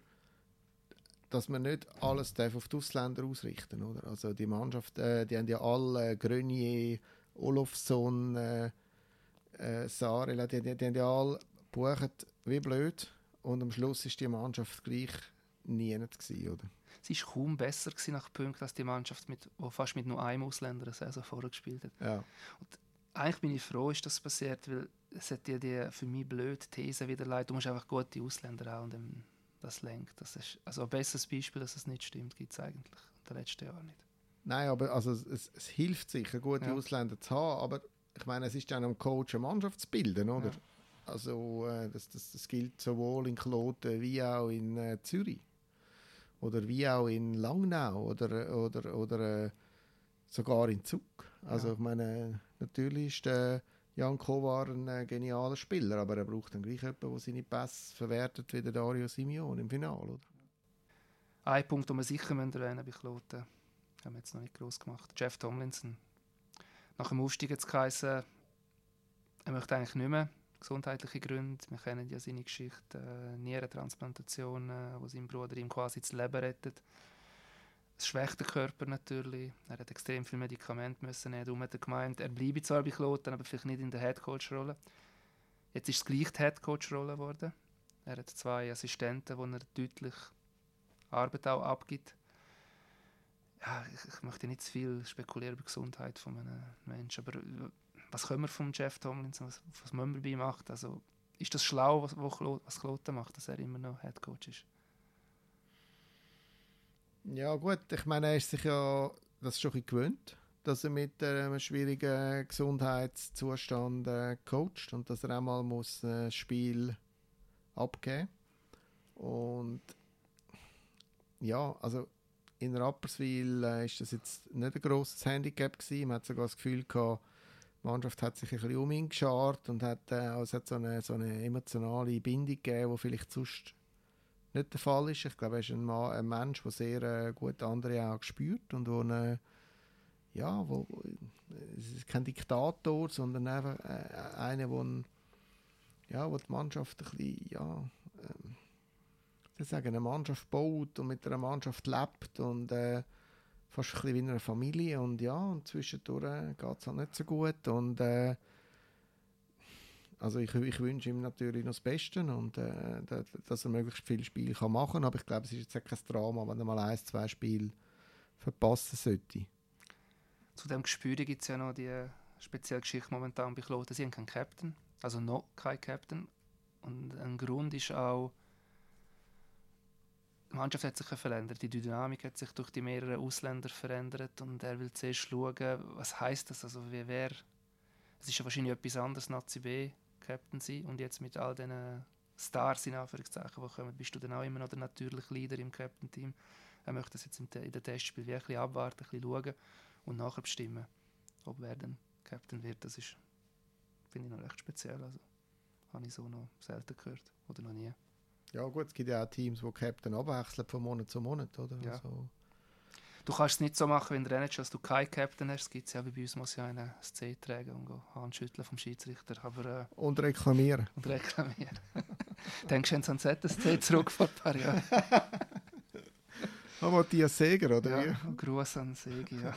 dass man nicht alles auf die Ausländer ausrichten darf. Also die Mannschaft, die haben ja alle Grenier, Olofsson, Sarela, die haben ja alle gebucht wie blöd. Und am Schluss war die Mannschaft gleich nie gewesen, oder? Sie war kaum besser nach Punkten als die Mannschaft, die fast mit nur einem Ausländer eine Saison vorher gespielt hat. Ja. Und eigentlich bin ich froh, dass das passiert, weil es hat dir die für mich blöde These wieder leid. Du musst einfach gute Ausländer haben und das lenkt. Das ist also ein besseres Beispiel, dass es nicht stimmt, gibt es eigentlich in den letzten Jahren nicht. Nein, aber also es hilft sicher, gute Ausländer zu haben, aber ich meine, es ist dann am Coach eine Mannschaft zu bilden, oder? Ja. Also das gilt sowohl in Kloten wie auch in Zürich oder wie auch in Langnau oder sogar in Zug. Also ich meine, natürlich ist Jan Kovar ein genialer Spieler, aber er braucht dann gleich jemanden, der seine Pässe verwertet wie der Dario Simeon im Finale, oder? Ein Punkt, den wir sicher erwähnen bei Kloten, haben wir jetzt noch nicht gross gemacht. Jeff Tomlinson. Nach dem Aufstieg jetzt geheißen, er möchte eigentlich nicht mehr. Gesundheitliche Gründe. Wir kennen ja seine Geschichte. Nierentransplantation, wo sein Bruder ihm quasi das Leben rettet. Es schwächt den Körper natürlich. Er hat extrem viel Medikamente müssen nehmen. Darum hat er gemeint, er bleibe zwar bei Kloten, aber vielleicht nicht in der Headcoach-Rolle. Jetzt ist es gleich die Headcoach-Rolle geworden. Er hat 2 Assistenten, wo er deutlich Arbeit auch abgibt. Ja, ich möchte nicht zu viel spekulieren über die Gesundheit von einem Menschen, aber was können wir von Jeff Tomlinson, was müssen wir bei ihm machen? Also, ist das schlau, was Kloten macht, dass er immer noch Headcoach ist? Ja gut, ich meine, er ist sich ja das schon ein bisschen gewöhnt, dass er mit einem schwierigen Gesundheitszustand coacht und dass er auch mal muss ein Spiel abgeben muss. Und ja, also in Rapperswil ist das jetzt nicht ein grosses Handicap gewesen. Man hat sogar das Gefühl gehabt, die Mannschaft hat sich ein bisschen um ihn geschart und hat, es hat so eine emotionale Bindung gegeben, die vielleicht sonst nicht der Fall ist. Ich glaube, er ist ein Mensch, der sehr gut andere auch spürt und wo es ist kein Diktator, sondern einfach einer, wo die Mannschaft ein bisschen, eine Mannschaft baut und mit einer Mannschaft lebt und fast ein bisschen wie in einer Familie und und zwischendurch geht es halt nicht so gut und also ich wünsche ihm natürlich noch das Beste und dass er möglichst viele Spiele machen kann, aber ich glaube, es ist jetzt kein Drama, wenn er mal 1-2 Spiele verpassen sollte. Zu dem Gespür gibt es ja noch die spezielle Geschichte momentan bei Kloten. Sie haben keinen Captain, also noch keinen Captain und ein Grund ist auch, die Mannschaft hat sich verändert, die Dynamik hat sich durch die mehreren Ausländer verändert und er will zuerst schauen, was heisst das, also es ist ja wahrscheinlich etwas anderes, Nazi B Captain sein und jetzt mit all diesen Stars in Anführungszeichen, die kommen, bist du dann auch immer noch der natürliche Leader im Captain-Team. Er möchte das jetzt in den Testspielen ein bisschen abwarten, ein bisschen schauen und nachher bestimmen, ob wer dann Captain wird. Das ist, finde ich, noch recht speziell, also habe ich so noch selten gehört oder noch nie. Ja gut, es gibt ja auch Teams, die Captain abwechseln von Monat zu Monat, oder? Ja. Also. Du kannst es nicht so machen wie in der NHL, dass du keinen Captain hast. Es gibt ja, wie bei uns muss ja einen C tragen und Handschütteln vom Schiedsrichter. Aber, und reklamieren. Denkst du, haben sie an ZSC zurück vor ein paar Jahren? Matthias Seger, oder Ja, wie? Gruß an Segi, ja.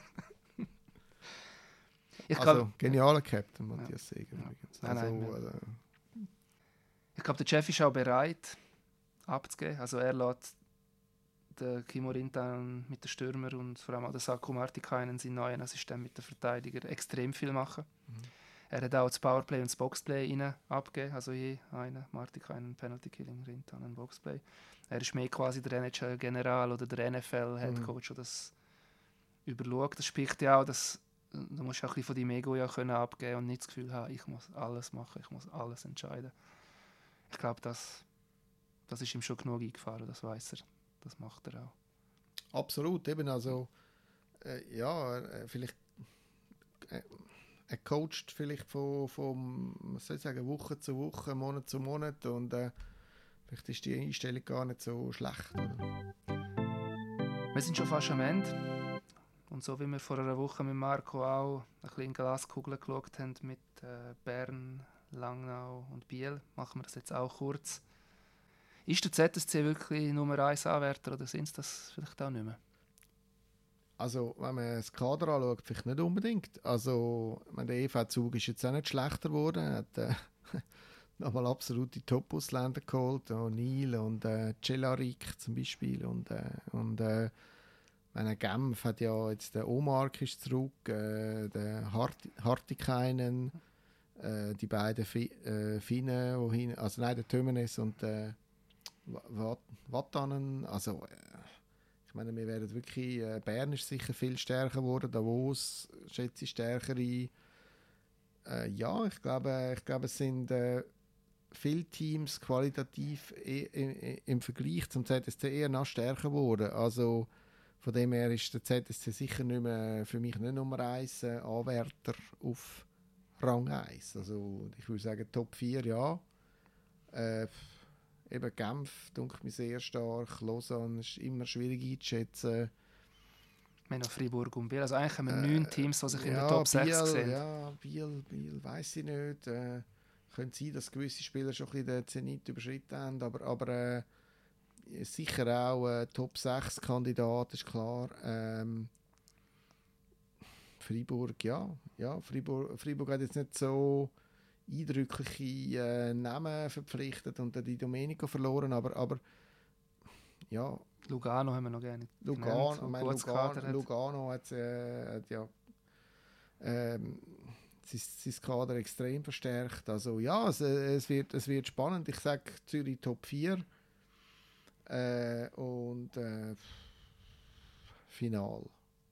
Ich Also, glaub, genialer Captain, Matthias Seger Ja. übrigens. Nein, Also, nein. Ich glaube, der Chef ist auch bereit, abzugeben. Also er lässt den Kimmo Rintan mit den Stürmer und vor allem auch den Saku Martikainen, seinen neuen Assistent mit den Verteidigern, extrem viel machen. Er hat auch das Powerplay und das Boxplay rein abgegeben, also je einen, Martikainen, Penalty Killing, Rintan, ein Boxplay. Er ist mehr quasi der NHL-General oder der NFL-Headcoach, der das überschaut. Das spricht ja auch, dass du musst auch ein bisschen von deinem Ego ja können abgeben und nicht das Gefühl haben, ich muss alles machen, ich muss alles entscheiden. Ich glaube, das ist ihm schon genug eingefahren, das weiß er. Das macht er auch. absolut, eben, also vielleicht er coacht vielleicht von was soll ich sagen, Woche zu Woche, Monat zu Monat und vielleicht ist die Einstellung gar nicht so schlecht, oder? Wir sind schon fast am Ende. Und so wie wir vor einer Woche mit Marco auch ein bisschen in Glaskugeln geschaut haben mit Bern, Langnau und Biel, machen wir das jetzt auch kurz. Ist der ZSC wirklich Nummer 1 Anwärter oder sind es das vielleicht auch nicht mehr? Also, wenn man das Kader anschaut, vielleicht nicht unbedingt. Also, ich meine, der EV-Zug ist jetzt auch nicht schlechter geworden. Er hat nochmal absolute Top-Ausländer geholt. Neil und Celarik zum Beispiel. Und meine Genf hat ja jetzt der Omark ist zurück, der Hartikainen, die beiden Finnen, wohin, also nein, der Tömenes und der Vatanen. Also, ich meine, wir werden wirklich, Bern ist sicher viel stärker geworden, Davos schätze ich stärker ein. Ja, ich glaube, es sind viele Teams qualitativ im Vergleich zum ZSC eher noch stärker geworden. Also von dem her ist der ZSC sicher nicht mehr, für mich nicht Nummer 1 Anwärter auf Rang 1. Also ich würde sagen Top 4, ja. Eben Genf dunkelt mich sehr stark, Lausanne ist immer schwierig einzuschätzen. Wir haben noch Freiburg und Biel. Also eigentlich haben wir 9 Teams, die sich in der Ja, Top 6 Biel, sehen. ja, Biel weiss ich nicht. Könnte sein, dass gewisse Spieler schon ein bisschen den Zenit überschritten haben, aber sicher auch Top 6 Kandidat, ist klar. Freiburg, ja. Freiburg hat jetzt nicht so eindrückliche Namen verpflichtet und die Domenico verloren, aber ja. Lugano haben wir noch gerne Lugano hat ja sein Kader extrem verstärkt. Also ja, es wird spannend. Ich sage Zürich Top 4 und Final.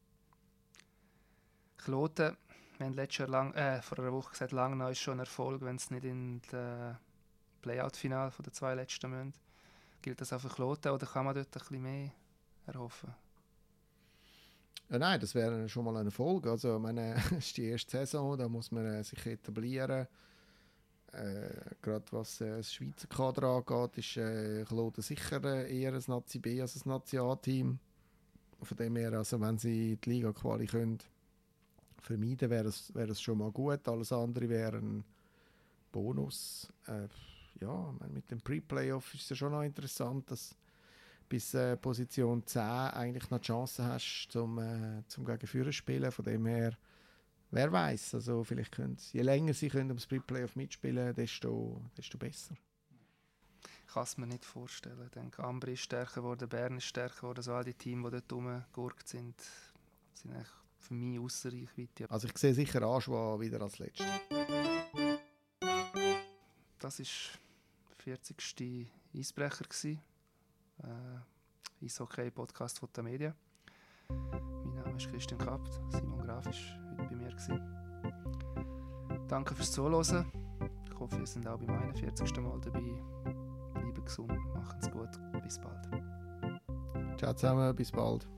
Kloten, wir haben letztes Jahr vor einer Woche gesagt, Langnau ist schon ein Erfolg, wenn es nicht in das Playout-Final von den 2 letzten müssen. Gilt das auch für Kloten oder kann man dort ein bisschen mehr erhoffen? Ja, nein, das wäre schon mal ein Erfolg. Also, ich meine, es ist die erste Saison, da muss man sich etablieren. Gerade was das Schweizer Kader angeht, ist Kloten sicher eher ein Nazi B als ein Nazi A-Team. Von dem her, also wenn sie die Liga-Quali können vermeiden, wäre es schon mal gut. Alles andere wäre ein Bonus. Ja, mit dem Pre-Playoff ist es ja schon noch interessant, dass bis Position 10 eigentlich noch die Chance hast, zum gegen Führer spielen. Von dem her, wer weiß, also vielleicht je länger sie können ums Pre-Playoff mitspielen, desto besser. Ich kann es mir nicht vorstellen. Ich denke, Ambri ist stärker geworden, Bern ist stärker geworden. Also all die Teams, die dort rumgegurkt sind eigentlich für mich ausser Reichweite. Also ich sehe sicher Aschwa wieder als Letzter. Das war der 40. Eisbrecher. Eishockey-Podcast von der Medien. Mein Name ist Christian Kapt, Simon Graf war heute bei mir. Danke fürs Zuhören. Ich hoffe, ihr seid auch beim 41. Mal dabei. Bleibt gesund, macht's gut, bis bald. Ciao zusammen, bis bald.